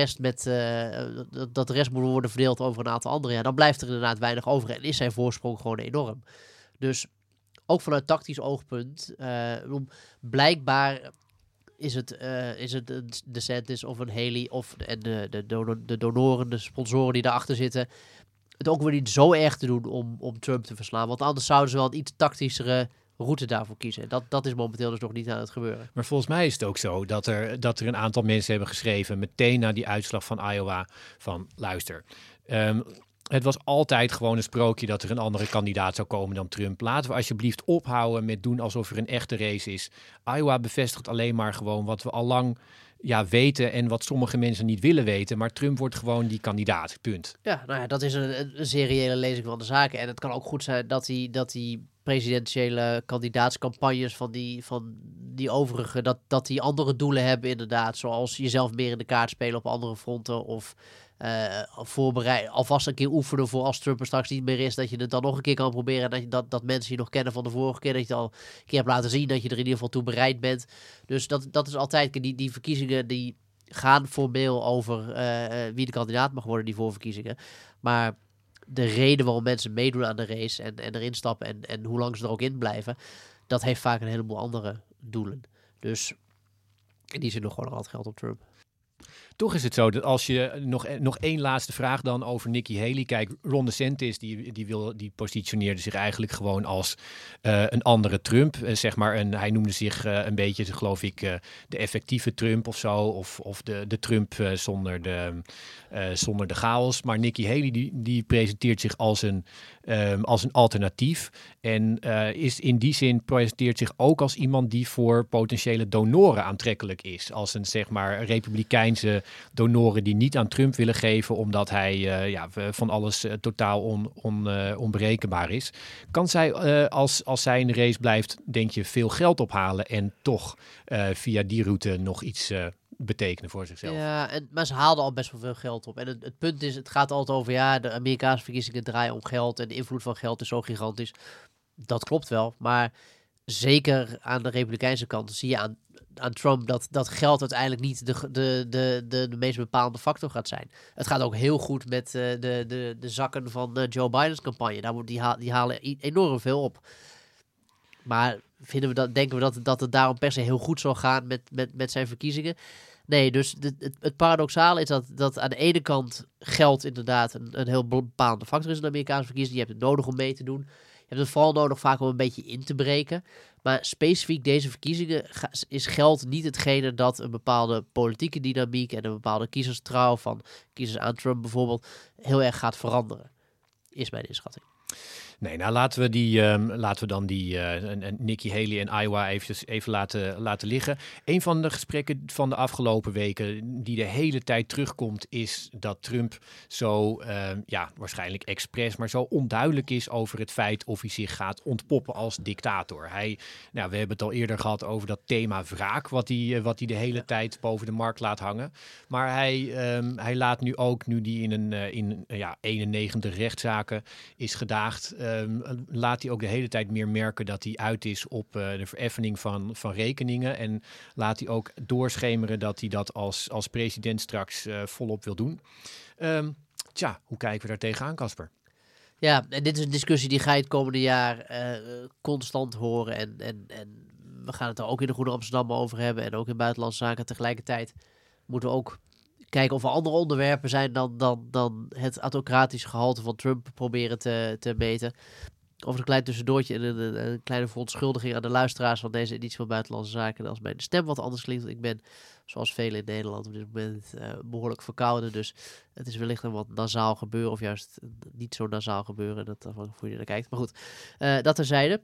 de rest moet worden verdeeld over een aantal andere, ja, dan blijft er inderdaad weinig over en is zijn voorsprong gewoon enorm. Dus ook vanuit tactisch oogpunt, blijkbaar is het een DeSantis of een Haley en de donoren, de sponsoren die daarachter zitten, het ook weer niet zo erg te doen om Trump te verslaan. Want anders zouden ze wel een iets tactischere route daarvoor kiezen. Dat is momenteel dus nog niet aan het gebeuren. Maar volgens mij is het ook zo dat er een aantal mensen hebben geschreven meteen na die uitslag van Iowa van luister. Het was altijd gewoon een sprookje dat er een andere kandidaat zou komen dan Trump. Laten we alsjeblieft ophouden met doen alsof er een echte race is. Iowa bevestigt alleen maar gewoon wat we al lang weten en wat sommige mensen niet willen weten. Maar Trump wordt gewoon die kandidaat, punt. Ja, nou ja, dat is een seriële lezing van de zaken. En het kan ook goed zijn dat die presidentiële kandidaatscampagnes van die overige, dat die andere doelen hebben inderdaad. Zoals jezelf meer in de kaart spelen op andere fronten of voorbereiden, alvast een keer oefenen voor als Trump er straks niet meer is, dat je het dan nog een keer kan proberen en dat mensen je nog kennen van de vorige keer, dat je het al een keer hebt laten zien dat je er in ieder geval toe bereid bent. Dus dat is altijd, die verkiezingen die gaan formeel over wie de kandidaat mag worden, die voorverkiezingen. Maar de reden waarom mensen meedoen aan de race en erin stappen en hoe lang ze er ook in blijven, dat heeft vaak een heleboel andere doelen. Dus in die zin nog gewoon altijd geld op Trump. Toch is het zo dat als je nog één laatste vraag dan over Nikki Haley. Kijk, Ron DeSantis die positioneerde zich eigenlijk gewoon als een andere Trump. Zeg maar hij noemde zich een beetje, geloof ik, de effectieve Trump of zo. Of de Trump zonder de chaos. Maar Nikki Haley die presenteert zich als een alternatief. En is in die zin presenteert zich ook als iemand die voor potentiële donoren aantrekkelijk is. Als een, zeg maar, republikeinse donoren die niet aan Trump willen geven omdat hij van alles totaal onberekenbaar is. Kan zij, als zij in de race blijft, denk je, veel geld ophalen en toch via die route nog iets betekenen voor zichzelf. Ja, maar ze haalden al best wel veel geld op. En het punt is, het gaat altijd over, de Amerikaanse verkiezingen draaien om geld en de invloed van geld is zo gigantisch. Dat klopt wel, maar zeker aan de Republikeinse kant zie je aan Trump dat geld uiteindelijk niet de meest bepalende factor gaat zijn. Het gaat ook heel goed met de zakken van Joe Biden's campagne. Die halen enorm veel op. Maar denken we dat het daarom per se heel goed zal gaan met zijn verkiezingen? Nee, dus het paradoxale is dat aan de ene kant geld inderdaad een heel bepalende factor is in de Amerikaanse verkiezingen. Je hebt het nodig om mee te doen. Je hebt het vooral nodig vaak om een beetje in te breken. Maar specifiek deze verkiezingen is geld niet hetgene dat een bepaalde politieke dynamiek en een bepaalde kiezerstrouw van kiezers aan Trump bijvoorbeeld heel erg gaat veranderen. Is mijn inschatting. Nee, nou laten we dan die Nikki Haley in Iowa even laten liggen. Een van de gesprekken van de afgelopen weken die de hele tijd terugkomt is dat Trump zo, waarschijnlijk expres, maar zo onduidelijk is over het feit of hij zich gaat ontpoppen als dictator. We hebben het al eerder gehad over dat thema wraak, wat hij de hele tijd boven de markt laat hangen. Maar hij laat nu ook, nu die in 91 rechtszaken is gedaagd, laat hij ook de hele tijd meer merken dat hij uit is op de vereffening van rekeningen. En laat hij ook doorschemeren dat hij dat als president straks volop wil doen. Hoe kijken we daar tegenaan, Casper? Ja, en dit is een discussie die ga je het komende jaar constant horen. En we gaan het er ook in de Goede Amsterdam over hebben. En ook in buitenlandse zaken. Tegelijkertijd moeten we ook kijken of er andere onderwerpen zijn dan het autocratische gehalte van Trump proberen te meten. Over een klein tussendoortje en een kleine verontschuldiging aan de luisteraars van deze editie van Buitenlandse Zaken. Als mijn stem wat anders klinkt. Ik ben, zoals velen in Nederland, op dit moment behoorlijk verkouden. Dus het is wellicht een wat nasaal gebeuren of juist niet zo nasaal gebeuren. Dat afhankelijk hoe je naar kijkt. Maar goed, dat terzijde.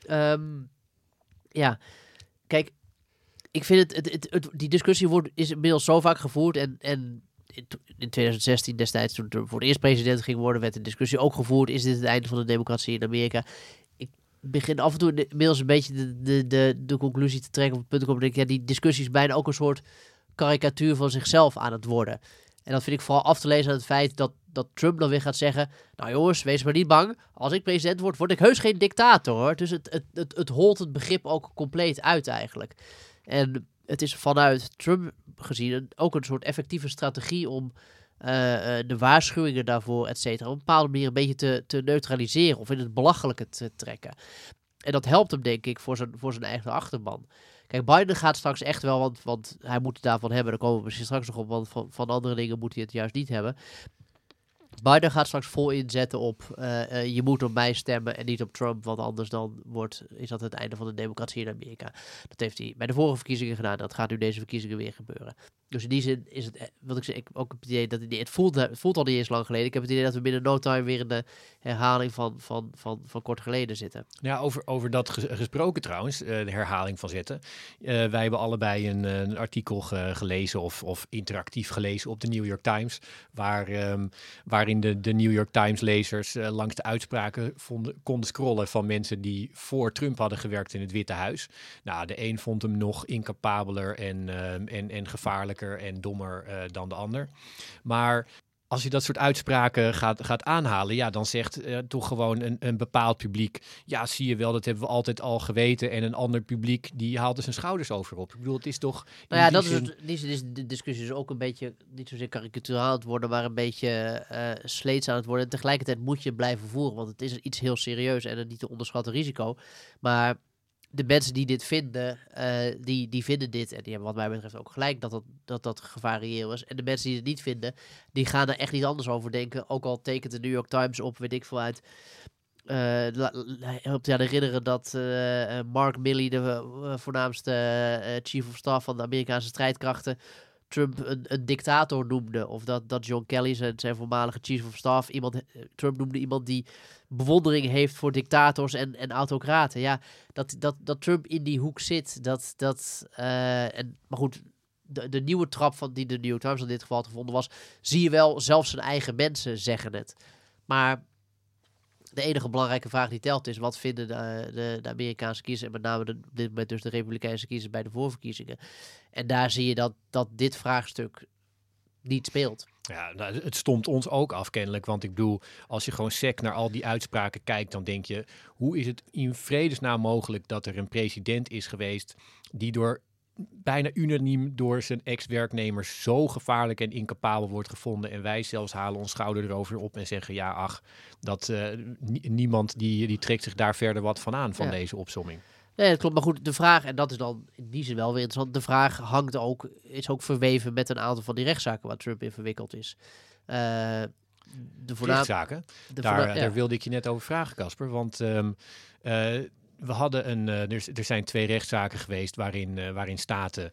Kijk, ik vind die discussie is inmiddels zo vaak gevoerd en in 2016 destijds, toen Trump voor het eerst president ging worden, werd de discussie ook gevoerd. Is dit het einde van de democratie in Amerika? Ik begin af en toe inmiddels een beetje de conclusie te trekken, op het punt te komen, dat die discussie is bijna ook een soort karikatuur van zichzelf aan het worden. En dat vind ik vooral af te lezen aan het feit dat Trump dan weer gaat zeggen, nou jongens, wees maar niet bang. Als ik president word ik heus geen dictator, hoor. Dus het holt het begrip ook compleet uit eigenlijk. En het is vanuit Trump gezien ook een soort effectieve strategie om de waarschuwingen daarvoor, et cetera, op een bepaalde manier een beetje te neutraliseren of in het belachelijke te trekken. En dat helpt hem, denk ik, voor zijn eigen achterban. Kijk, Biden gaat straks echt wel, want hij moet het daarvan hebben. Daar komen we misschien straks nog op, want van andere dingen moet hij het juist niet hebben. Biden gaat straks vol inzetten op je moet op mij stemmen en niet op Trump, want anders dan is dat het einde van de democratie in Amerika. Dat heeft hij bij de vorige verkiezingen gedaan. Dat gaat nu deze verkiezingen weer gebeuren. Dus in die zin is het, wat ik zeg, ik ook het idee dat het voelt al niet eens lang geleden. Ik heb het idee dat we binnen no time weer in de herhaling van kort geleden zitten. Ja, over dat gesproken trouwens, de herhaling van zitten. Wij hebben allebei een artikel gelezen of interactief gelezen op de New York Times, waarin de New York Times lezers langs de uitspraken konden scrollen van mensen die voor Trump hadden gewerkt in het Witte Huis. Nou, de een vond hem nog incapabeler en gevaarlijker en dommer dan de ander. Maar als je dat soort uitspraken gaat aanhalen, ja, dan zegt toch gewoon een bepaald publiek, ja, zie je wel, dat hebben we altijd al geweten. En een ander publiek, die haalt dus zijn schouders over op. Ik bedoel, het is toch... Nou ja, de discussie is ook een beetje, niet zozeer karikaturaal aan het worden, maar een beetje sleets aan het worden. En tegelijkertijd moet je blijven voeren, want het is iets heel serieus en een niet te onderschatten risico. Maar de mensen die dit vinden, die vinden dit. En die hebben wat mij betreft ook gelijk dat gevaar reëel is. En de mensen die het niet vinden, die gaan er echt niet anders over denken. Ook al tekent de New York Times op, weet ik veel uit. Helpt je aan herinneren dat Mark Milley, de voornaamste chief of staff van de Amerikaanse strijdkrachten, Trump een dictator noemde. Of dat John Kelly, zijn voormalige chief of staff, Trump noemde iemand die bewondering heeft voor dictators en autocraten. Ja, dat Trump in die hoek zit, maar goed, de nieuwe trap van die de New York Times in dit geval gevonden was, zie je wel, zelfs zijn eigen mensen zeggen het. Maar De enige belangrijke vraag die telt is, wat vinden de Amerikaanse kiezers, en met name op dit moment dus de Republikeinse kiezers bij de voorverkiezingen. En daar zie je dat dit vraagstuk niet speelt. Ja, nou, het stond ons ook af kennelijk. Want ik bedoel, als je gewoon sec naar al die uitspraken kijkt, dan denk je, hoe is het in vredesnaam mogelijk dat er een president is geweest die door bijna unaniem door zijn ex-werknemers zo gevaarlijk en incapabel wordt gevonden. En wij zelfs halen ons schouder erover op en zeggen, ja ach, dat niemand die trekt zich daar verder wat van aan van deze opsomming. Nee, dat klopt. Maar goed, de vraag, en dat is dan in die zin wel weer interessant, de vraag is ook verweven met een aantal van die rechtszaken waar Trump in verwikkeld is. Rechtszaken? Daar wilde ik je net over vragen, Casper. Want we hadden er zijn 2 rechtszaken geweest waarin staten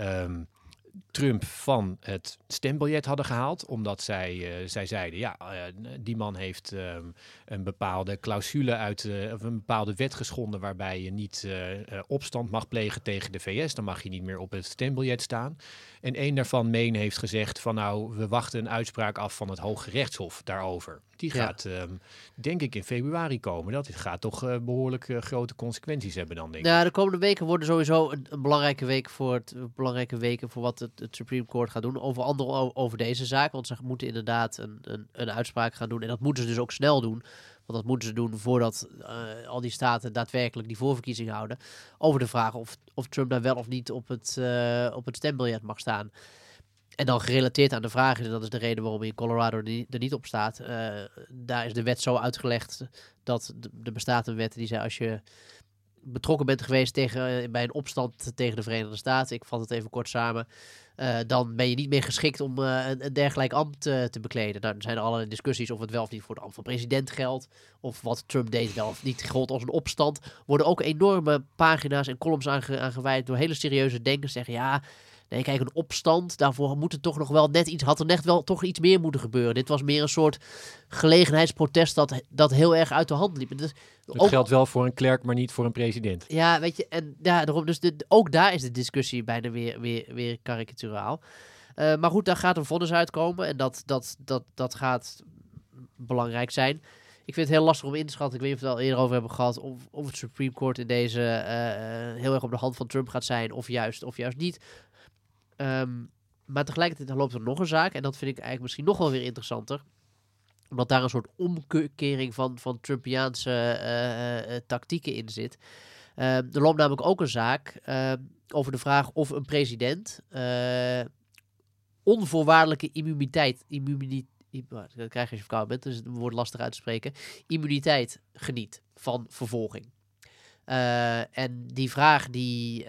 Trump van het stembiljet hadden gehaald, omdat zij zeiden, die man heeft een bepaalde clausule of een bepaalde wet geschonden waarbij je niet opstand mag plegen tegen de VS. Dan mag je niet meer op het stembiljet staan. En een daarvan, Maine, heeft gezegd van nou, we wachten een uitspraak af van het Hoge Rechtshof daarover. Die gaat, denk ik, in februari komen. Dat gaat toch behoorlijk grote consequenties hebben dan, denk ik. Ja, de komende weken worden sowieso een belangrijke weken voor wat het Supreme Court gaat doen. Over deze zaak. Want ze moeten inderdaad een uitspraak gaan doen. En dat moeten ze dus ook snel doen. Want dat moeten ze doen voordat al die staten daadwerkelijk die voorverkiezing houden. Over de vraag of Trump daar wel of niet op het stembiljet mag staan. En dan gerelateerd aan de vraag, en dat is de reden waarom in Colorado er niet op staat. Daar is de wet zo uitgelegd dat er bestaat een wet die zei, als je betrokken bent geweest bij een opstand tegen de Verenigde Staten, ik vat het even kort samen, dan ben je niet meer geschikt om een dergelijk ambt te bekleden. Nou, er zijn er allerlei discussies of het wel of niet voor de ambt van president geldt, of wat Trump deed wel of niet gold als een opstand. Worden ook enorme pagina's en columns aan gewijd door hele serieuze denkers zeggen, ja, nee, kijk, een opstand, daarvoor moet er toch nog wel had er net wel toch iets meer moeten gebeuren. Dit was meer een soort gelegenheidsprotest dat heel erg uit de hand liep. Dus het geldt wel voor een klerk, maar niet voor een president. Ja, weet je, en ja, daarom, dus ook daar is de discussie bijna weer karikaturaal. Maar goed, daar gaat een vonnis uitkomen en dat gaat belangrijk zijn. Ik vind het heel lastig om in te schatten, ik weet niet of we het al eerder over hebben gehad, of het Supreme Court in deze heel erg op de hand van Trump gaat zijn, of juist niet. Maar tegelijkertijd loopt er nog een zaak. En dat vind ik eigenlijk misschien nog wel weer interessanter. Omdat daar een soort omkering van Trumpiaanse tactieken in zit. Er loopt namelijk ook een zaak over de vraag of een president onvoorwaardelijke immuniteit, dat krijg je als je verkouden bent, dus het wordt lastig uit te spreken, immuniteit geniet van vervolging. En die vraag die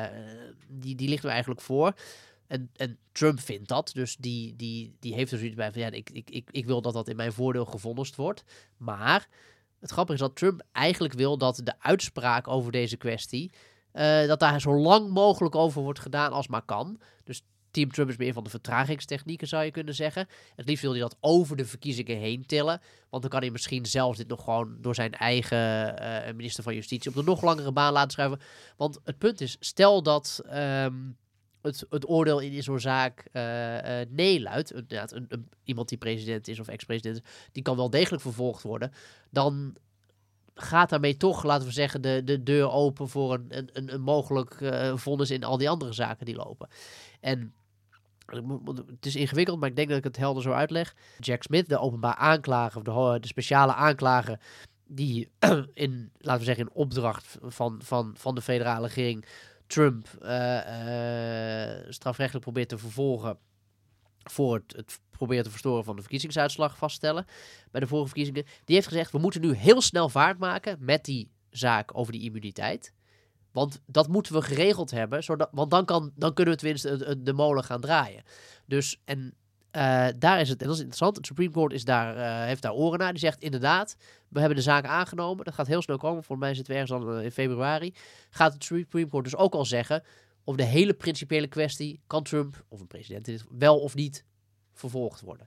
ligt er eigenlijk voor. En Trump vindt dat. Dus die heeft er zoiets bij van, ja, ik wil dat in mijn voordeel gevonnist wordt. Maar het grappige is dat Trump eigenlijk wil dat de uitspraak over deze kwestie, dat daar zo lang mogelijk over wordt gedaan als maar kan. Dus Team Trump is meer van de vertragingstechnieken, zou je kunnen zeggen. Het liefst wil hij dat over de verkiezingen heen tillen. Want dan kan hij misschien zelfs dit nog gewoon door zijn eigen minister van Justitie op de nog langere baan laten schuiven. Want het punt is, stel dat het oordeel in zo'n zaak nee luidt. Iemand die president is of ex-president is, die kan wel degelijk vervolgd worden. Dan gaat daarmee toch, laten we zeggen, de deur open voor een mogelijk vonnis in al die andere zaken die lopen. En het is ingewikkeld, maar ik denk dat ik het helder zo uitleg. Jack Smith, de openbaar aanklager, of de speciale aanklager, die laten we zeggen, in opdracht van de federale regering Trump strafrechtelijk probeert te vervolgen voor het proberen te verstoren van de verkiezingsuitslag vaststellen bij de vorige verkiezingen. Die heeft gezegd, we moeten nu heel snel vaart maken met die zaak over die immuniteit. Want dat moeten we geregeld hebben, want dan kunnen we tenminste de molen gaan draaien. Dus, daar is het, en dat is interessant, het Supreme Court heeft daar oren naar. Die zegt inderdaad, we hebben de zaak aangenomen. Dat gaat heel snel komen, volgens mij zitten we ergens dan in februari. Gaat het Supreme Court dus ook al zeggen, of de hele principiële kwestie, kan Trump, of een president, wel of niet vervolgd worden.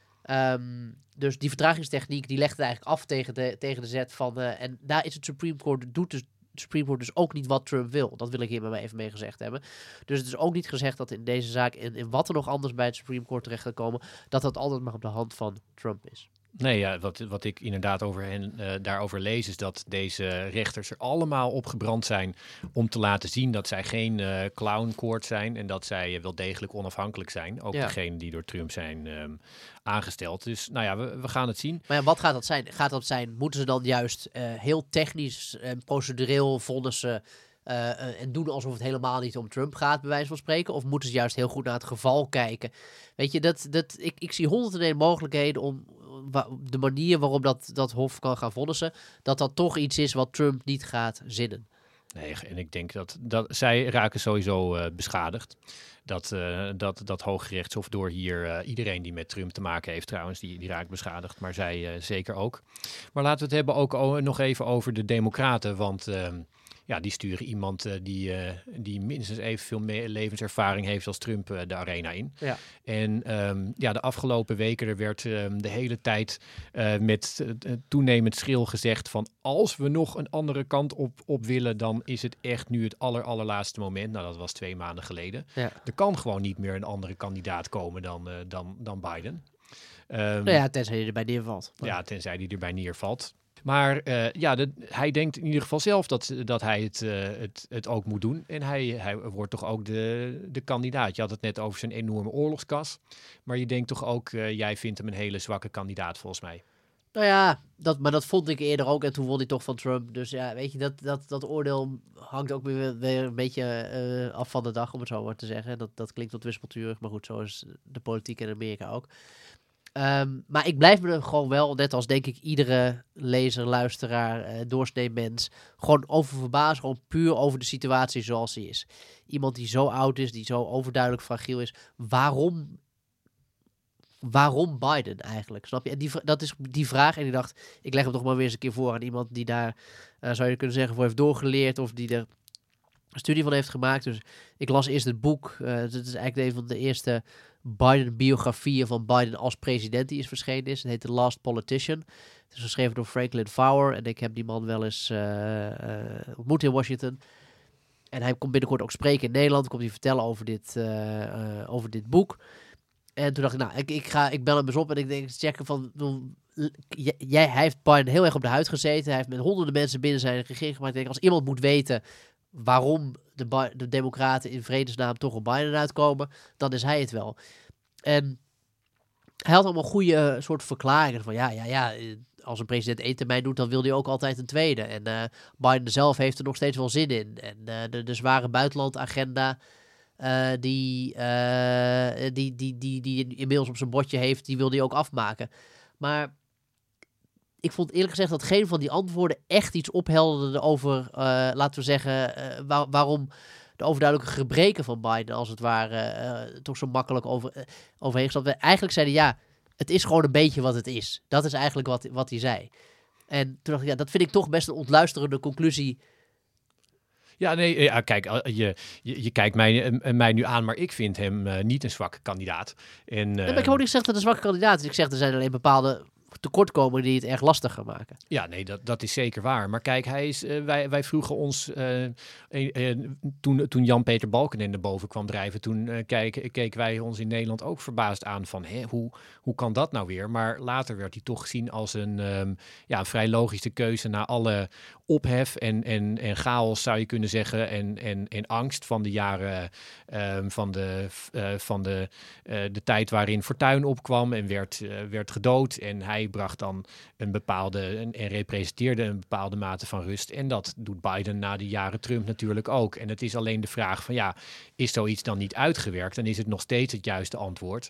Dus die vertragingstechniek, die legt het eigenlijk af tegen de zet van, en daar is het Supreme Court, doet de Supreme Court dus ook niet wat Trump wil. Dat wil ik hier maar even mee gezegd hebben. Dus het is ook niet gezegd dat in deze zaak, in wat er nog anders bij het Supreme Court terecht gaat komen, dat altijd maar op de hand van Trump is. Nee, ja, wat ik inderdaad over hen daarover lees, is dat deze rechters er allemaal op gebrand zijn om te laten zien dat zij geen clowncourt zijn en dat zij wel degelijk onafhankelijk zijn. Ook degene die door Trump zijn aangesteld. Dus nou ja, we gaan het zien. Maar ja, wat gaat dat zijn? Gaat dat zijn, moeten ze dan juist heel technisch en procedureel vonnissen en doen alsof het helemaal niet om Trump gaat, bij wijze van spreken? Of moeten ze juist heel goed naar het geval kijken? Weet je, ik zie 101 mogelijkheden om de manier waarop dat Hof kan gaan vonnissen, dat toch iets is wat Trump niet gaat zinnen. Nee, en ik denk dat zij raken sowieso beschadigd. Dat Hooggerechtshof door hier iedereen die met Trump te maken heeft trouwens, die raakt beschadigd. Maar zij zeker ook. Maar laten we het hebben ook nog even over de Democraten. Want die sturen iemand die minstens evenveel levenservaring heeft als Trump de arena in. Ja. En de afgelopen weken er werd de hele tijd met toenemend schril gezegd van als we nog een andere kant op willen, dan is het echt nu het allerlaatste moment. Nou, dat was 2 maanden geleden. Ja. Er kan gewoon niet meer een andere kandidaat komen dan Biden. Tenzij hij erbij neervalt. Ja, tenzij hij erbij neervalt. Maar hij denkt in ieder geval zelf dat hij het ook moet doen. En hij wordt toch ook de kandidaat. Je had het net over zijn enorme oorlogskas. Maar je denkt toch ook, jij vindt hem een hele zwakke kandidaat volgens mij. Nou ja, maar dat vond ik eerder ook. En toen won hij toch van Trump. Dus ja, weet je, dat oordeel hangt ook weer een beetje af van de dag, om het zo maar te zeggen. Dat klinkt wat wispelturig, maar goed, zo is de politiek in Amerika ook. Maar ik blijf me er gewoon wel, net als denk ik iedere lezer, luisteraar, doorsnee mens, gewoon over verbazen, gewoon puur over de situatie zoals die is. Iemand die zo oud is, die zo overduidelijk fragiel is. Waarom Biden eigenlijk? Snap je? En dat is die vraag. En ik dacht, ik leg hem toch maar weer eens een keer voor aan iemand die daar, zou je kunnen zeggen, voor heeft doorgeleerd of die er een studie van heeft gemaakt. Dus ik las eerst het boek. Het is eigenlijk een van de eerste Biden-biografieën van Biden als president die is verschenen is. Het heet The Last Politician. Het is geschreven door Franklin Fowler. En ik heb die man wel eens ontmoet in Washington. En hij komt binnenkort ook spreken in Nederland. Komt hij vertellen over dit boek. En toen dacht ik, nou, ik bel hem eens op en ik denk, checken van, hij heeft Biden heel erg op de huid gezeten. Hij heeft met honderden mensen binnen zijn regering gemaakt. Ik denk, als iemand moet weten waarom de Democraten in vredesnaam toch op Biden uitkomen, dan is hij het wel. En hij had allemaal goede soort verklaringen van als een president 1 termijn doet, dan wil hij ook altijd een tweede. En Biden zelf heeft er nog steeds wel zin in. En de zware buitenlandagenda die inmiddels op zijn bordje heeft, die wil hij ook afmaken. Maar ik vond eerlijk gezegd dat geen van die antwoorden echt iets ophelderde over, laten we zeggen, waarom de overduidelijke gebreken van Biden, als het ware, toch zo makkelijk overheen gestapt werd. Eigenlijk zeiden het is gewoon een beetje wat het is. Dat is eigenlijk wat hij zei. En toen dacht ik, dat vind ik toch best een ontluisterende conclusie. Ja, nee, kijk, je kijkt mij nu aan, maar ik vind hem niet een zwakke kandidaat. Maar ik heb ook niet gezegd dat het een zwakke kandidaat is. Ik zeg, er zijn alleen bepaalde tekortkomingen die het erg lastig gaan maken. Ja, nee, dat is zeker waar. Maar kijk, wij vroegen ons, toen Jan-Peter Balkenende naar boven kwam drijven, toen keken wij ons in Nederland ook verbaasd aan van, hoe kan dat nou weer? Maar later werd hij toch gezien als een vrij logische keuze na alle ophef en chaos, zou je kunnen zeggen, en angst van de jaren van de tijd waarin Fortuyn opkwam en werd gedood. En hij bracht dan en representeerde een bepaalde mate van rust. En dat doet Biden na de jaren Trump natuurlijk ook. En het is alleen de vraag van, is zoiets dan niet uitgewerkt? En is het nog steeds het juiste antwoord?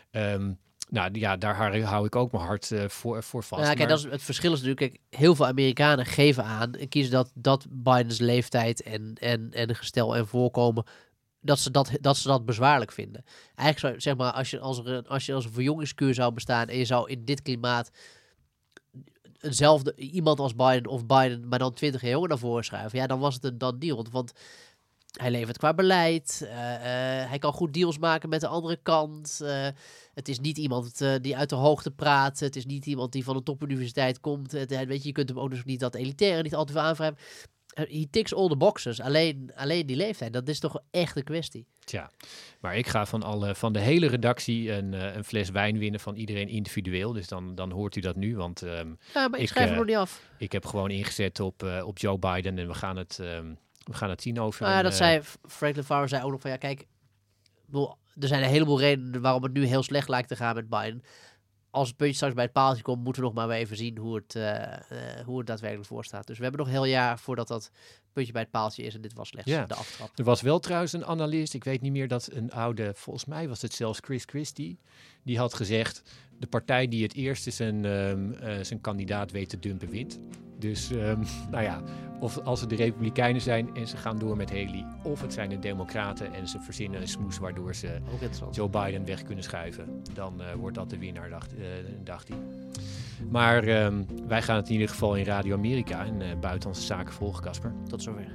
Daar hou ik ook mijn hart voor vast. Ja, kijk, dat is, het verschil is natuurlijk, kijk, heel veel Amerikanen geven aan en kiezen dat Bidens leeftijd en gestel en voorkomen, dat ze dat bezwaarlijk vinden. Eigenlijk zou, zeg maar, als je als een verjongingskuur zou bestaan en je zou in dit klimaat iemand als Biden of Biden, maar dan 20 jaar jonger naar voren schuiven, dan was het een done deal. Want hij levert qua beleid. Hij kan goed deals maken met de andere kant. Het is niet iemand die uit de hoogte praat. Het is niet iemand die van een topuniversiteit komt. Je kunt hem ook dus niet dat elitaire niet altijd veel aanwrijven. he ticks all the boxes. Alleen die leeftijd, dat is toch echt een kwestie. Tja, maar ik ga van de hele redactie een fles wijn winnen van iedereen individueel. Dus dan hoort u dat nu. Want Maar ik schrijf hem nog niet af. Ik heb gewoon ingezet op Joe Biden en we gaan het zien over... dat zei Franklin Farmer zei ook nog van ja, kijk, er zijn een heleboel redenen waarom het nu heel slecht lijkt te gaan met Biden. Als het puntje straks bij het paaltje komt, moeten we nog maar even zien hoe het daadwerkelijk voor staat. Dus we hebben nog een heel jaar voordat dat puntje bij het paaltje is. En dit was slechts de aftrap. Er was wel trouwens een analist, ik weet niet meer, dat een oude, volgens mij was het zelfs Chris Christie, die had gezegd, de partij die het eerste zijn kandidaat weet te dumpen wint. Dus of als het de Republikeinen zijn en ze gaan door met Haley, of het zijn de Democraten en ze verzinnen een smoes waardoor ze Joe Biden weg kunnen schuiven, dan wordt dat de winnaar, dacht hij. Maar wij gaan het in ieder geval in Radio Amerika en Buitenlandse Zaken volgen, Casper. Tot zover.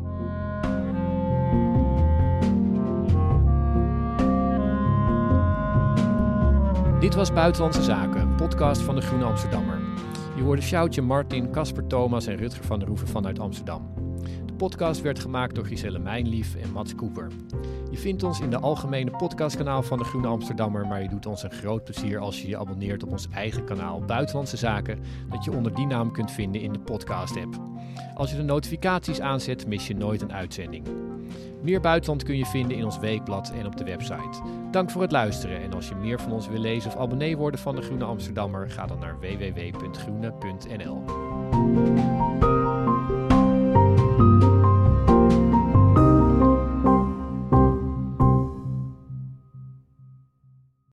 Dit was Buitenlandse Zaken, een podcast van de Groene Amsterdammer. Je hoorde Sjoutje, Martin, Casper Thomas en Rutger van der Hoeven vanuit Amsterdam. De podcast werd gemaakt door Giselle Mijnlief en Mats Cooper. Je vindt ons in de algemene podcastkanaal van de Groene Amsterdammer, maar je doet ons een groot plezier als je je abonneert op ons eigen kanaal Buitenlandse Zaken, dat je onder die naam kunt vinden in de podcast-app. Als je de notificaties aanzet, mis je nooit een uitzending. Meer buitenland kun je vinden in ons weekblad en op de website. Dank voor het luisteren en als je meer van ons wil lezen of abonnee worden van de Groene Amsterdammer, ga dan naar www.groene.nl.